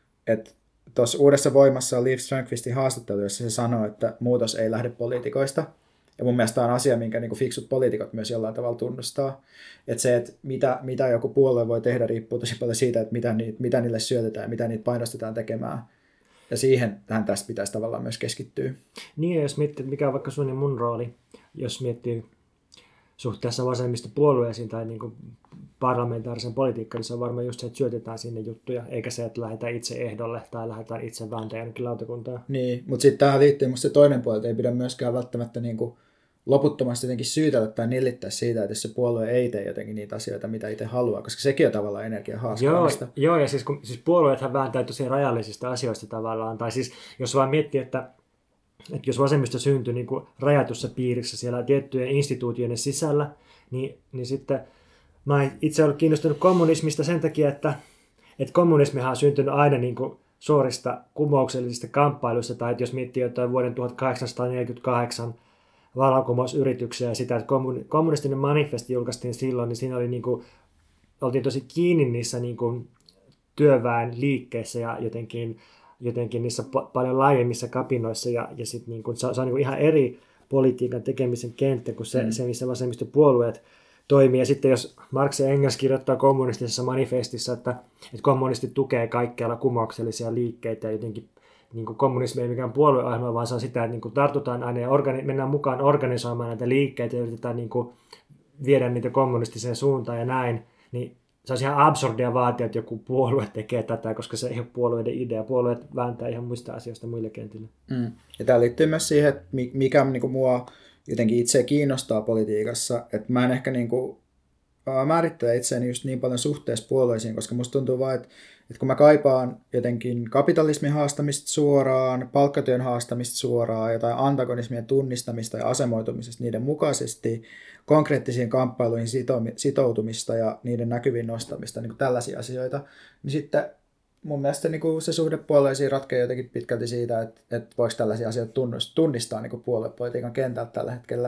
Et tuossa uudessa voimassa on Liv Strömqvistin haastattelu, jossa se sanoo, että muutos ei lähde poliitikoista. Ja mun mielestä tämä on asia, minkä niin kuin fiksut poliitikot myös jollain tavalla tunnustaa. Että se, että mitä, mitä joku puolue voi tehdä, riippuu tosi paljon siitä, että mitä, niitä, mitä niille syötetään ja mitä niitä painostetaan tekemään. Ja siihen tähän tästä pitäisi tavallaan myös keskittyä. Niin, ja jos miettii, mikä on vaikka sun ja mun rooli, jos miettii suhteessa vasemmistopuolueisiin tai niin kuin parlamentaarisen politiikkaan, niin se on varmaan just se, että syötetään sinne juttuja, eikä se, että lähdetään itse ehdolle tai lähdetään itse vääntämään jonnekin lautakuntaan. Niin, mutta sitten tähän liittyy musta se toinen puoli, että ei pidä myöskään välttämättä niin kuin loputtomasti jotenkin syytellä tai nillittää siitä, että jos se puolue ei tee jotenkin niitä asioita, mitä itse haluaa, koska sekin on tavallaan energian haaskaamista. Joo, joo, ja siis, kun, siis puolueethan vääntää tosi rajallisista asioista tavallaan, tai siis jos vaan miettii, että, että jos vasemmisto syntyy niin kuin rajatussa piirissä siellä tiettyjen instituutioiden sisällä, niin, niin sitten mä itse olen kiinnostunut kommunismista sen takia, että, että kommunismihan on syntynyt aina niin kuin suorista kumouksellisista kamppailuista, tai että jos miettii jotain vuoden tuhatkahdeksansataaneljäkymmentäkahdeksan vallankumousyrityksiä ja sitä, että kommunistinen manifesti julkaistiin silloin, niin siinä oli niin kuin, oltiin tosi kiinni niissä niin kuin työväen liikkeissä ja jotenkin, jotenkin niissä paljon laajemmissa kapinoissa ja, ja sit niin kuin, se on, se on niin kuin ihan eri politiikan tekemisen kenttä kuin se, mm. se missä vasemmistopuolueet toimii. Ja sitten jos Marx ja Engels kirjoittaa kommunistisessa manifestissa, että, että kommunistit tukee kaikkialla kumouksellisia liikkeitä ja jotenkin niin kuin kommunismi ei mikään puolueohjelma, vaan se on sitä, että niin kuin tartutaan aina ja organi- mennään mukaan organisoimaan näitä liikkeitä ja yritetään niin kuin viedä niitä kommunistiseen suuntaan ja näin, niin se on ihan absurdia vaatia, että joku puolue tekee tätä, koska se ei ole puolueiden idea. Puolueet vääntää ihan muista asioista muille kentille. Mm. Ja tämä liittyy myös siihen, että mikä niin kuin mua jotenkin itse kiinnostaa politiikassa, että mä en ehkä niin kuin määrittele itseäni just niin paljon suhteessa puolueisiin, koska musta tuntuu vaan, että, että kun mä kaipaan jotenkin kapitalismin haastamista suoraan, palkkatyön haastamista suoraan, jotain antagonismien tunnistamista ja asemoitumisesta niiden mukaisesti, konkreettisiin kamppailuihin sitoutumista ja niiden näkyviin nostamista, niin kuin tällaisia asioita, niin sitten mun mielestä niin kuin se suhde puolueisiin ratkeaa jotenkin pitkälti siitä, että, että voiko tällaisia asioita tunnistaa niin kuin puoluepolitiikan kentältä tällä hetkellä.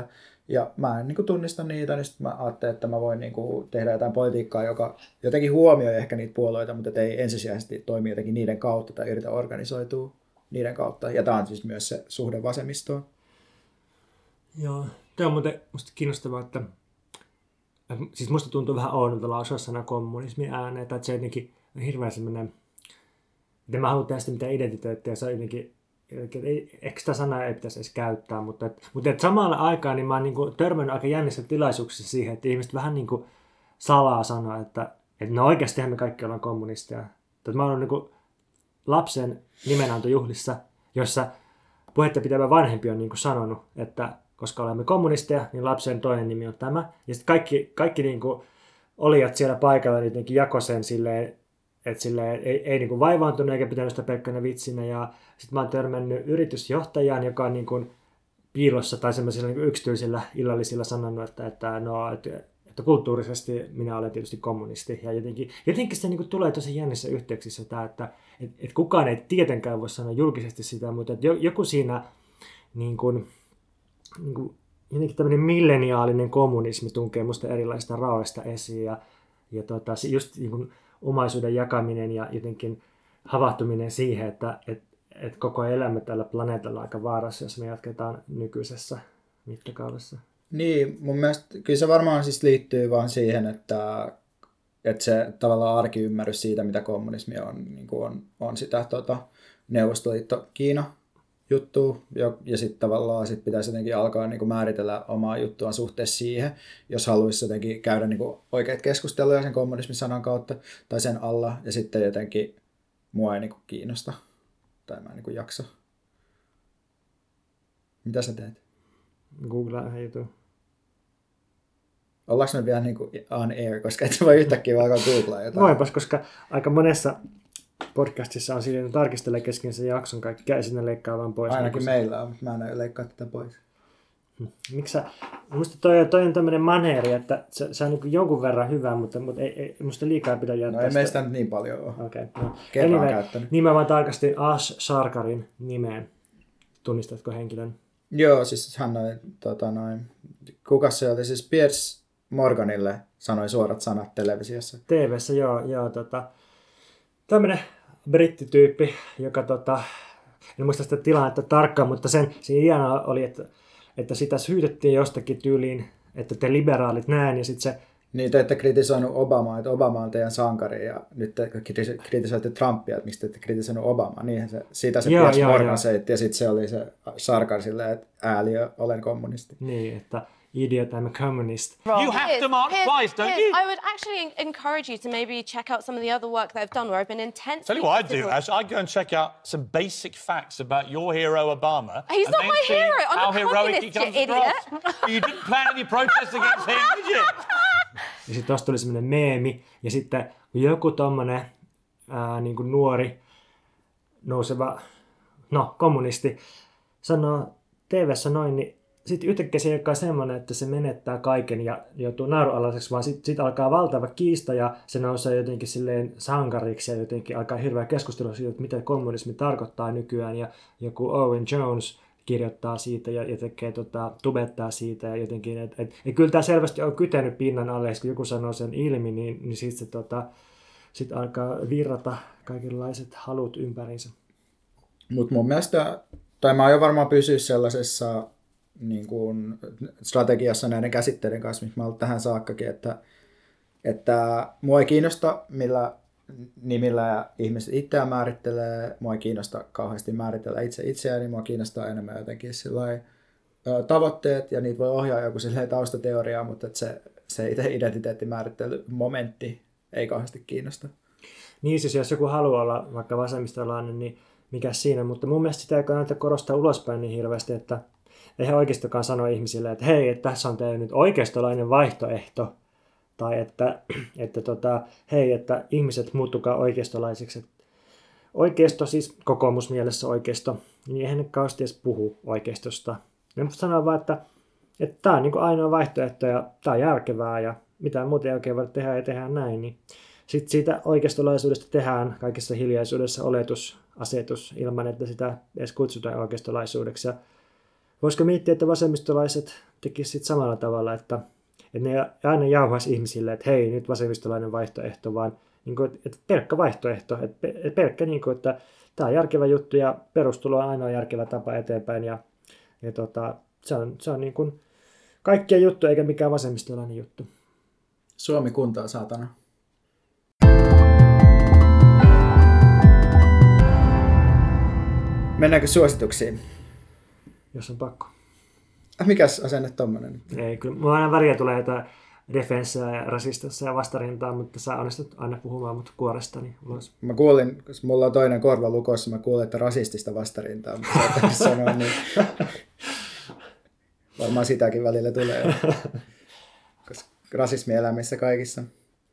Ja mä en niin kuin tunnista niitä, niin sitten mä ajattelin, että mä voin niin kuin tehdä jotain politiikkaa, joka jotenkin huomioi ehkä niitä puolueita, mutta ei ensisijaisesti toimi jotenkin niiden kautta tai yritä organisoitua niiden kautta. Ja tämä on siis myös se suhde vasemmistoon. Joo, tämä on muuten musta kiinnostavaa, että, että siis musta tuntuu vähän oudolta lausua sana kommunismi ääneen, että se jotenkin on hirveän semmoinen, että mä haluan tehdä sitä mitään identiteettiä, se on jotenkin, ei, eikö sitä sanaa ei pitäisi edes käyttää, mutta, että, mutta että samalla aikaan niin mä oon niin kuin törmännyt aika jännissä tilaisuuksissa siihen, että ihmiset vähän niin kuin salaa sanoa, että, että no oikeastihan me kaikki ollaan kommunisteja. Että mä oon niin kuin lapsen nimenantojuhlissa, jossa puhetta pitävä vanhempi on niin kuin sanonut, että koska olemme kommunisteja, niin lapsen toinen nimi on tämä. Ja sitten kaikki, kaikki niin kuin olijat siellä paikalla niin jotenkin jakoi sen silleen, että silleen ei, ei niin kuin vaivaantunut eikä pitänyt sitä pelkkänä vitsinä. Ja sitten mä oon törmännyt yritysjohtajaan, joka on niin kuin piilossa tai semmoisilla niin kuin yksityisillä illallisilla sanonut, että, että, no, että, että kulttuurisesti minä olen tietysti kommunisti. Ja jotenkin, jotenkin se niin kuin tulee tosi jännissä yhteyksissä tämä, että että, että kukaan ei tietenkään voi sanoa julkisesti sitä, mutta että joku siinä niin kuin, niin kuin, jotenkin tämmöinen milleniaalinen kommunismi tunkee musta erilaisista raoista esiin ja, ja tota, just niin kuin omaisuuden jakaminen ja jotenkin havahtuminen siihen, että et, et koko elämä tällä planeetalla on aika vaarassa, jos me jatketaan nykyisessä mittakaavassa. Niin, mun mielestä kyllä se varmaan siis liittyy vaan siihen, että, että se tavallaan arkiymmärrys siitä, mitä kommunismi on, niin kuin on, on sitä tota, Neuvostoliitto Kiina juttu, ja sitten tavallaan sit pitäisi jotenkin alkaa niin kuin määritellä omaa juttua suhteessa siihen, jos haluaisi jotenkin käydä niin kuin oikeat keskusteluja sen kommunismin sanan kautta tai sen alla, ja sitten jotenkin mua ei niin kuin kiinnosta, tai mä en niin kuin jaksa. Mitä sä teet? Googlaa yhden jutun. Ollaanko me vielä niin kuin on air, koska et voi yhtäkkiä vaan googlaa jotain? Voinpas, koska aika monessa podcastissa on siinä, tarkistelee kesken sen jakson kaikki ja sinne leikkaa vaan pois. Ainakin niin meillä on, mutta mä en näy leikkaa tätä pois. Miksi sä, musta toi, toi on tämmöinen maneeri, että se, se on niin jonkun verran hyvä, mutta, mutta ei, ei, musta liikaa pitää jättää. No ei meistä nyt niin paljon ole. Okei. Okay, no. Kerran anyway, käyttänyt. Niin mä vaan tarkastin Ash Sarkarin nimeen. Tunnistatko henkilön? Joo, siis hän oli, tota noin, kukas se oli, siis Piers Morganille sanoi suorat sanat televisiossa. T V:ssä, joo, joo tota, tämmöinen brittityyppi, joka tota, en muista sitä tilannetta tarkkaan, mutta sen, se hienoa oli, että, että sitä syytettiin jostakin tyyliin, että te liberaalit näin, ja sitten se... Niin, te ette kritisoinut Obamaa, että Obama on teidän sankari, ja nyt te kritisoitte Trumpia, että miksi te ette kritisoinut Obamaa. Niinhän se, siitä se Piers Morgan seitti, ja sitten se oli se Sarkar silleen, että ääli, olen kommunisti. Niin, että idiot, I'm a communist. You have to mark twice, don't you? I would actually encourage you to maybe check out some of the other work that I've done where I've been intensely... Tell you what I'd do, Ash, I'd go and check out some basic facts about your hero, Obama. He's not my hero, I'm a communist, you idiot. You didn't plan any protests against him, did you? Ja sitten tosta tuli semmoinen meemi, ja sitten kun joku tommonen ää, niin kuin nuori, nouseva, no kommunisti, sanoo T V:ssä noin, niin sitten yhtäkkiä se ei olekaan semmoinen, että se menettää kaiken ja joutuu naurualaiseksi, vaan sitten sit alkaa valtava kiista ja se nousee jotenkin silleen sankariksi ja jotenkin alkaa hirveä keskustelu siitä, että mitä kommunismi tarkoittaa nykyään ja joku Owen Jones kirjoittaa siitä ja, ja tekee, tota, tubettaa siitä ja jotenkin, että et, et kyllä tämä selvästi on kytenyt pinnan alle, kun joku sanoo sen ilmi, niin, niin sitten se tota, sit alkaa virrata kaikenlaiset halut ympäriinsä. Mutta mun mielestä, tai mä aion varmaan pysyä sellaisessa niin kuin strategiassa näiden käsitteiden kanssa, missä mä olen tähän saakkakin, että, että mua ei kiinnosta, millä nimillä ihmiset itseään määrittelee, mua ei kiinnosta kauheasti määritellä itse itseäni, mua kiinnostaa enemmän jotenkin sillai, tavoitteet, ja niitä voi ohjaa joku taustateoriaa, mutta että se, se itse identiteettimäärittelymomentti ei kauheasti kiinnosta. Niin siis, jos joku haluaa olla vaikka vasemmistolainen, niin mikä siinä, mutta mun mielestä sitä ei kannata korostaa ulospäin niin hirveästi, että eihän oikeistokaan sano ihmisille, että hei, että tässä on teille nyt oikeistolainen vaihtoehto, tai että, että tota, hei, että ihmiset muuttukaa oikeistolaisiksi. Oikeisto, siis kokoomusmielessä oikeisto, niin eihän ne kauheasti edes puhu oikeistosta. Ne sanoo vaan, että, että tämä on niin kuin ainoa vaihtoehto ja tämä on järkevää ja mitään muuta ei oikein voida tehdä ja tehdään näin. Niin sitten siitä oikeistolaisuudesta tehdään kaikessa hiljaisuudessa oletusasetus ilman, että sitä edes kutsutaan oikeistolaisuudeksi. Ja voisiko miettiä, että vasemmistolaiset tekisivät samalla tavalla, että, että ne aina jauhaisi ihmisille, että hei, nyt vasemmistolainen vaihtoehto, vaan niin kuin, että pelkkä vaihtoehto, että pelkkä, niin kuin, että tämä on järkevä juttu ja perustulo on ainoa järkevä tapa eteenpäin ja, ja tota, se on, se on niin kuin kaikkia juttu eikä mikään vasemmistolainen juttu. Suomi kuntaa, saatana. Mennäänkö suosituksiin? Jos on pakko. Mikäs asenne tommonen? Ei, kyllä mulla aina väriä tulee jotain defenssia ja rasistassa ja vastarintaa, mutta sä onnistut aina puhumaan mut kuorestani ulos. Mä kuulin, koska mulla on toinen korva lukossa, mä kuulin, että rasistista vastarintaa, mutta sä et sanoa, niin varmaan sitäkin välillä tulee, koska rasismi elämissä kaikissa.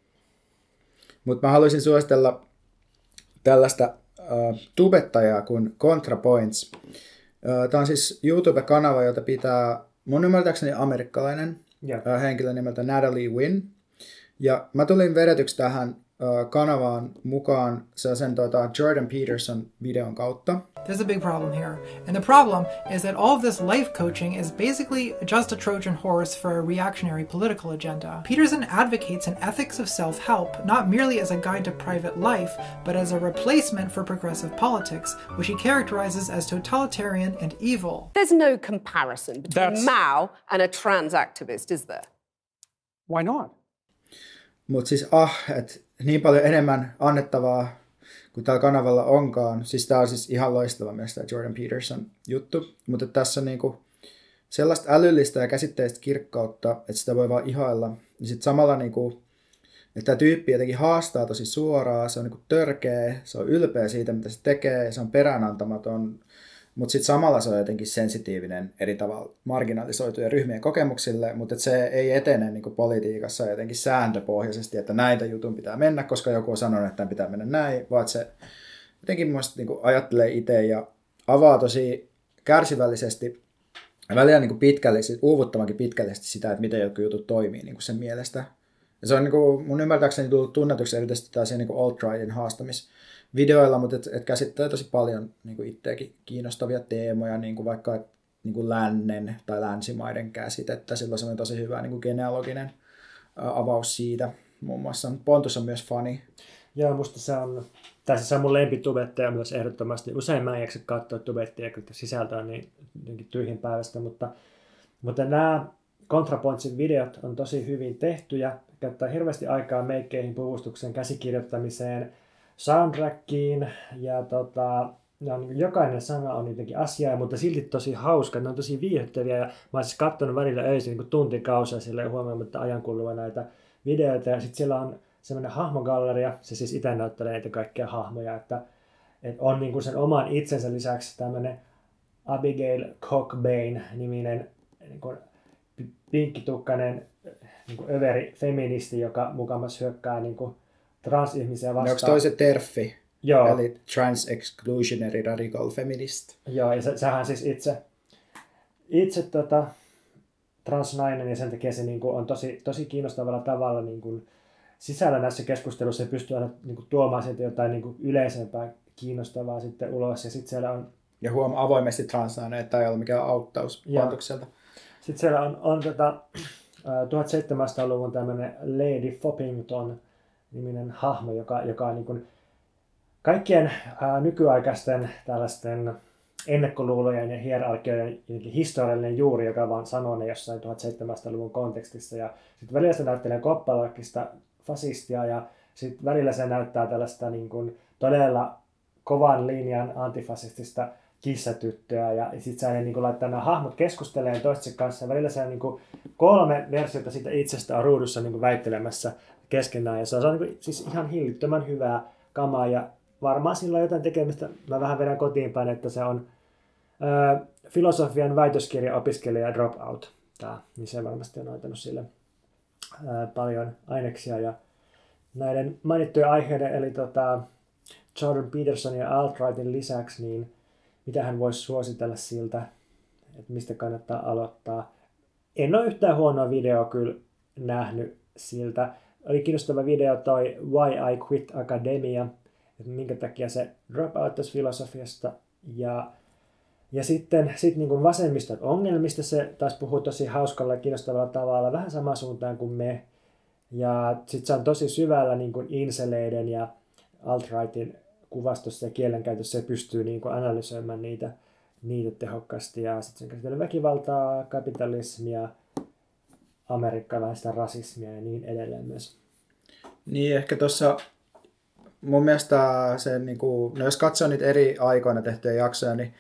Mutta mä haluaisin suositella tällaista uh, tubettajaa kuin ContraPoints. Uh, Tämä on siis YouTube-kanava, jota pitää mun ymmärtääkseni amerikkalainen yeah. uh, henkilö nimeltä Natalie Wynn. Ja mä tulin vedetyksi tähän uh, kanavaan mukaan sen tuota, Jordan Peterson videon kautta. There's a big problem here. And the problem is that all of this life coaching is basically just a Trojan horse for a reactionary political agenda. Peterson advocates an ethics of self-help, not merely as a guide to private life, but as a replacement for progressive politics, which he characterizes as totalitarian and evil. There's no comparison between That's... Mao and a trans activist, is there? Why not? Mutta siis ah, että niin paljon enemmän annettavaa kuin tällä kanavalla onkaan. Siis tämä on siis ihan loistava mielestäni Jordan Peterson juttu, mutta tässä on niinku sellaista älyllistä ja käsitteistä kirkkautta, että sitä voi vaan ihailla. Ja sitten samalla niinku, että tämä tyyppi jotenkin haastaa tosi suoraan, se on niinku törkeä, se on ylpeä siitä mitä se tekee ja se on peräänantamaton. Mutta sitten samalla se on jotenkin sensitiivinen eri tavalla marginalisoitujen ryhmien kokemuksille, mutta se ei etene niin kuin politiikassa jotenkin sääntöpohjaisesti, että näitä jutun pitää mennä, koska joku on sanonut, että tämän pitää mennä näin, vaan se jotenkin muista niin kuin ajattelee itse ja avaa tosi kärsivällisesti ja välillä niin kuin pitkällisesti, uuvuttavankin pitkällisesti sitä, että miten joku juttu toimii niin kuin sen mielestä. Ja se on niin kuin, mun ymmärtääkseni tullut tunnetuksi erityisesti tällaisia niin kuin alt-rightin haastamis videoilla, mutta et, et käsittelee tosi paljon niin itseäkin kiinnostavia teemoja, niin kuin vaikka et, niin kuin lännen tai länsimaiden käsitettä. Sillä on semmoinen tosi hyvä niin kuin genealoginen ä, avaus siitä. Muun muassa Pontus on myös fani. Joo, musta se on, tässä se on mun lempitubettaja myös ehdottomasti. Usein mä en jaksa katsoa tubettia, kun sisältö on niin tyhjinpäiväistä, mutta, mutta nämä ContraPointsin videot on tosi hyvin tehtyjä. Käyttää hirveästi aikaa meikkeihin, puvustuksen, käsikirjoittamiseen, soundtrackiin ja tota, no, niin jokainen sana on jotenkin asiaa, mutta silti tosi hauska. Ne on tosi viihdyttäviä ja mä oon siis katsonut välillä öisin niin tuntikausia silleen huomioimatta ajankulua näitä videoita ja sitten siellä on semmoinen hahmogalleria, se siis itse näyttelee näitä kaikkia hahmoja, että, että on niin kuin sen oman itsensä lisäksi tämmöinen Abigail Cockbain-niminen niin kuin pinkkitukkainen niin kuin överi feministi, joka mukamas hyökkää niin kuin transihmisiä vastaan. Onko toi se TERFi? Joo. Eli Trans Exclusionary Radical Feminist. Joo, ja se, sehän siis itse, itse tota, transnainen, ja sen takia se niin kuin, on tosi, tosi kiinnostavalla tavalla niin kuin, sisällä näissä keskusteluissa ja pystyy aina niin kuin, tuomaan sieltä jotain niin kuin, yleisempää kiinnostavaa sitten ulos. Ja sitten siellä on... Ja huom avoimesti transnainen, että ei ole mikään auttaus Pontukselta. Sitten siellä on, on tota, tuhatseitsemänsataaluvun tämmöinen Lady Foppington niminen hahmo, joka, joka on niin kuin kaikkien ää, nykyaikaisten tällaisten ennakkoluulojen ja hierarkioiden historiallinen juuri, joka vaan sanoo ne jossain tuhatseitsemänsataaluvun kontekstissa. Ja sitten välillä se näyttelee koppalakkista fasistia ja sitten välillä se näyttää tällaista niin kuin todella kovan linjan antifasistista kissatyttöä. Ja sitten se niin kuin laittaa nämä hahmot keskustelemaan toistensa kanssa. Ja välillä se on niin kuin kolme versiota siitä itsestä on ruudussa niin kuin väittelemässä keskenään. Ja se on, se on niin kuin, siis ihan hillittömän hyvää kamaa. Ja varmaan sillä on jotain tekemistä. Mä vähän vedän kotiin päin, että se on ö, filosofian väitöskirja-opiskelija Dropout. Tää, niin se varmasti on antanut sille ö, paljon aineksia. Ja näiden mainittujen aiheiden, eli tota, Jordan Peterson ja alt-rightin lisäksi, niin mitä hän voisi suositella siltä, että mistä kannattaa aloittaa. En ole yhtään huonoa videoa kyllä nähnyt siltä. Oli kiinnostava video toi Why I Quit Academia, että minkä takia se drop out filosofiasta. Ja Ja sitten sit niin kuin vasemmiston ongelmista se taas puhuu tosi hauskalla ja kiinnostavalla tavalla, vähän samaan suuntaan kuin me. Ja sitten se on tosi syvällä niin kuin inseleiden ja alt-rightin kuvastossa ja kielenkäytössä ja pystyy niin kuin analysoimaan niitä, niitä tehokkaasti. Ja sitten se käsittelee väkivaltaa, kapitalismia, amerikkalaista rasismia ja niin edelleen myös. Niin, ehkä tuossa mun mielestä se, niin kuin, no jos katsoo niitä eri aikoina tehtyjä jaksoja, niin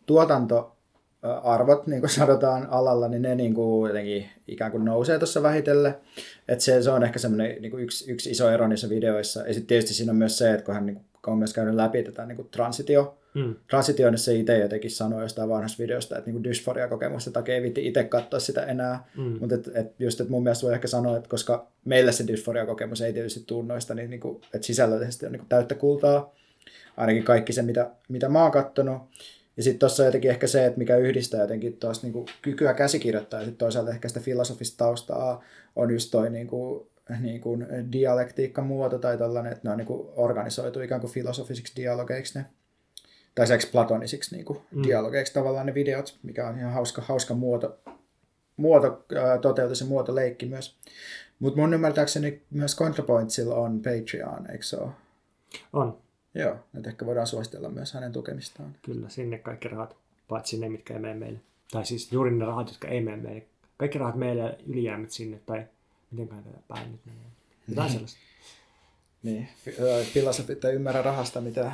tuotantoarvot, niin kuin sanotaan alalla, niin ne niin kuin jotenkin ikään kuin nousee tuossa vähitellen. Että se, se on ehkä semmoinen niin kuin yksi, yksi iso ero niissä videoissa. Ja sitten tietysti siinä on myös se, että kun hän niin kuin, on myös käynyt läpi tätä niin kuin transitio, mm. transitioinnissa itse jotenkin sanoi jostain vanhassa videosta, että niin dysforia-kokemusta takia ei viitti itse katsoa sitä enää. Mm. Mutta et, et just, että mun mielestä voi ehkä sanoa, että koska meille se dysforia-kokemus ei tietysti tule noista, niin, niin kuin, että sisällöllisesti on niin kuin täyttä kultaa. Ainakin kaikki se, mitä, mitä mä oon kattonut. Ja sitten tuossa on jotenkin ehkä se, että mikä yhdistää jotenkin tuosta niin kuin kykyä käsikirjoittaa ja sitten toisaalta ehkä sitä filosofista taustaa on just toi niin kuin, niin kuin dialektiikkamuoto tai tällainen, että ne on niin kuin organisoitu ikään kuin filosofisiksi dialogeiksi ne, tai seksi platonisiksi niin kuin mm. dialogeiksi tavallaan ne videot, mikä on ihan hauska, hauska muoto, muoto toteutus ja muotoleikki myös. Mutta mun ymmärtääkseni myös ContraPointsilla on Patreon, eikö se ole? On. Joo, että ehkä voidaan suositella myös hänen tukemistaan. Kyllä, sinne kaikki rahat, paitsi ne, mitkä ei mene meille. Tai siis juuri ne rahat, jotka ei mene meille. Kaikki rahat meille ja ylijäämät sinne, tai mitenköhän tätä päin nyt menee. Jotain sellaista. Niin, filosofit ei ymmärrä rahasta mitään.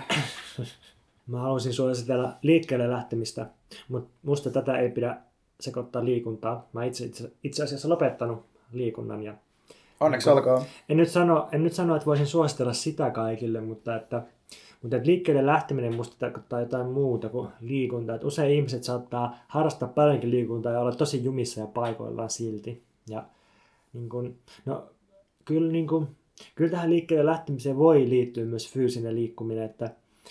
Mä haluaisin suositella liikkeelle lähtemistä, mutta musta tätä ei pidä sekoittaa liikuntaa. Mä itse, itse, itse asiassa lopettanut liikunnan. Ja onneksi olkoon. En nyt, sano, en nyt sano, että voisin suositella sitä kaikille, mutta että, mutta että liikkeelle lähteminen musta tarkoittaa jotain muuta kuin liikuntaa. Että usein ihmiset saattaa harrastaa paljonkin liikuntaa ja olla tosi jumissa ja paikoillaan silti. Ja niin kun, no, kyllä, niin kun, kyllä tähän liikkeelle lähtemiseen voi liittyä myös fyysinen liikkuminen, että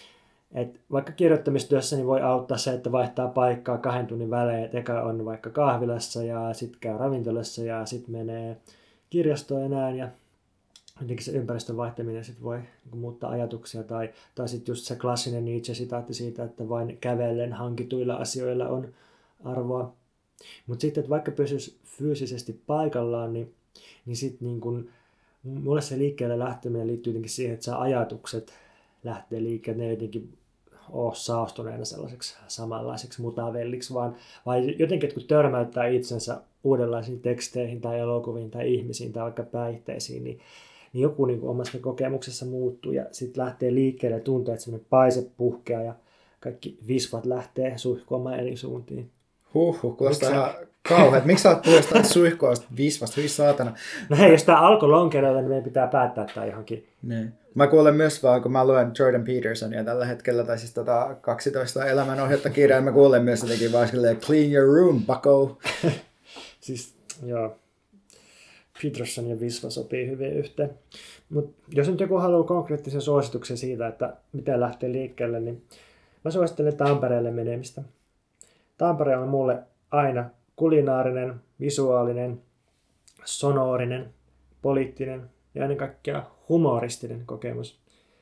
et vaikka kirjoittamistyössä niin voi auttaa se, että vaihtaa paikkaa kahden tunnin välein, että eka on vaikka kahvilassa ja sitten käy ravintolassa ja sitten menee kirjastoon ja näin ja jotenkin se ympäristön vaihtaminen sitten voi niin muuttaa ajatuksia tai, tai sitten just se klassinen Nietzsche-sitaatti siitä, että vain kävellen hankituilla asioilla on arvoa. Mutta sitten, että vaikka pysyisi fyysisesti paikallaan, niin, niin sitten niin kun, mulle se liikkeelle lähteminen liittyy jotenkin siihen, että saa ajatukset lähtee liikkeelle, ne jotenkin ole saastuneena sellaiseksi samanlaiseksi mutavelliksi, vaan, vaan jotenkin, kun törmäyttää itsensä uudenlaisiin teksteihin tai elokuviin tai ihmisiin tai vaikka päihteisiin, niin, niin joku niin kuin omasta kokemuksessa muuttuu ja sitten lähtee liikkeelle ja tuntuu, että semmoinen paise puhkeaa ja kaikki visvat lähtee suihkuamaan eri suuntiin. Huhhuh, kuulostaa ihan kauhean. Miksi sä oot puolesta suihkua visvasta? Hyvin saatana. No hei, jos tää alkoi lonkeroida, niin meidän pitää päättää tää johonkin. Niin. Mä kuulen myös vaan, kun mä luen Jordan Petersonia tällä hetkellä, tai siis tota kaksitoista elämänohjetta kirjaa, mä kuulen myös jotenkin vaan silleen, clean your room, bucko. Siis, joo. Peterson ja visva sopii hyvin yhteen. Mut jos nyt joku haluaa konkreettisen suosituksen siitä, että miten lähtee liikkeelle, niin mä suosittelen Tampereelle menemistä. Tampere on mulle aina kulinaarinen, visuaalinen, sonorinen, poliittinen ja ennen kaikkea humoristinen kokemus.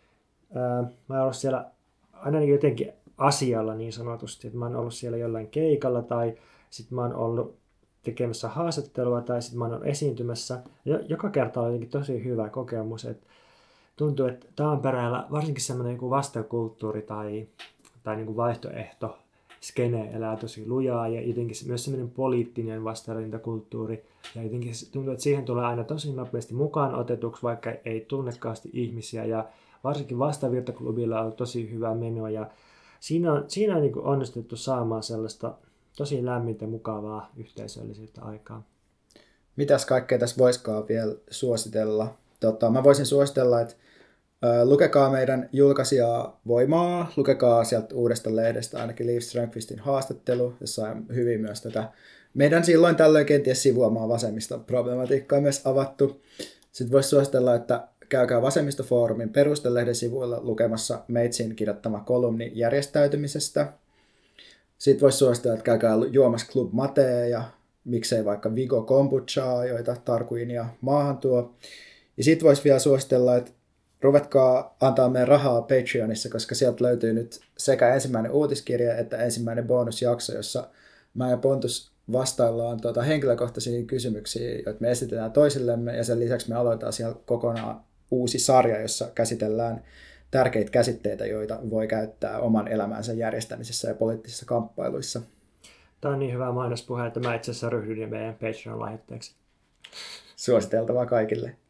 Ää, mä oon ollut siellä aina jotenkin asialla niin sanotusti, että mä oon ollut siellä jollain keikalla tai sitten mä oon ollut tekemässä haastattelua tai sitten mä oon ollut esiintymässä. Joka kerta on jotenkin tosi hyvä kokemus, että tuntuu, että Tampereella varsinkin semmoinen joku vastakulttuuri tai, tai niin kuin vaihtoehto skene elää tosi lujaa ja jotenkin myös semmoinen poliittinen vastarintakulttuuri. Ja jotenkin tuntuu, että siihen tulee aina tosi nopeasti mukaan otetuksi, vaikka ei tunnekkaasti ihmisiä. Ja varsinkin Vastavirtaklubilla on tosi hyvä meno ja siinä on, siinä on niin kuin onnistuttu saamaan sellaista tosi lämmintä, mukavaa yhteisöllisyyttä aikaan. Mitäs kaikkea tässä voisikaan vielä suositella? Tota, mä voisin suositella, että lukekaa meidän julkaisijaa Voimaa, lukekaa sieltä uudesta lehdestä ainakin Liv Strömqvistin haastattelu, jossa on hyvin myös tätä meidän silloin tällöin kenties sivuamaa vasemmista problematiikkaa myös avattu. Sitten voisi suositella, että käykää Vasemmistofoorumin perustelehden sivuilla lukemassa Meitsin kirjoittama kolumni järjestäytymisestä. Sitten voisi suositella, että käykää juomassa Club Matea ja miksei vaikka Vigo Kombuchaa, joita Tarquin ja maahan tuo. Ja sitten voisi vielä suositella, että ruvetkaa antaa meidän rahaa Patreonissa, koska sieltä löytyy nyt sekä ensimmäinen uutiskirja että ensimmäinen bonusjakso, jossa mä ja Pontus vastaillaan tuota henkilökohtaisiin kysymyksiin, joita me esitetään toisillemme, ja sen lisäksi me aloitetaan siellä kokonaan uusi sarja, jossa käsitellään tärkeitä käsitteitä, joita voi käyttää oman elämänsä järjestämisessä ja poliittisissa kamppailuissa. Tämä on niin hyvä mainospuhe, että mä itse asiassa ryhdyin meidän Patreon-lahjoitteeksi. Suositeltavaa kaikille.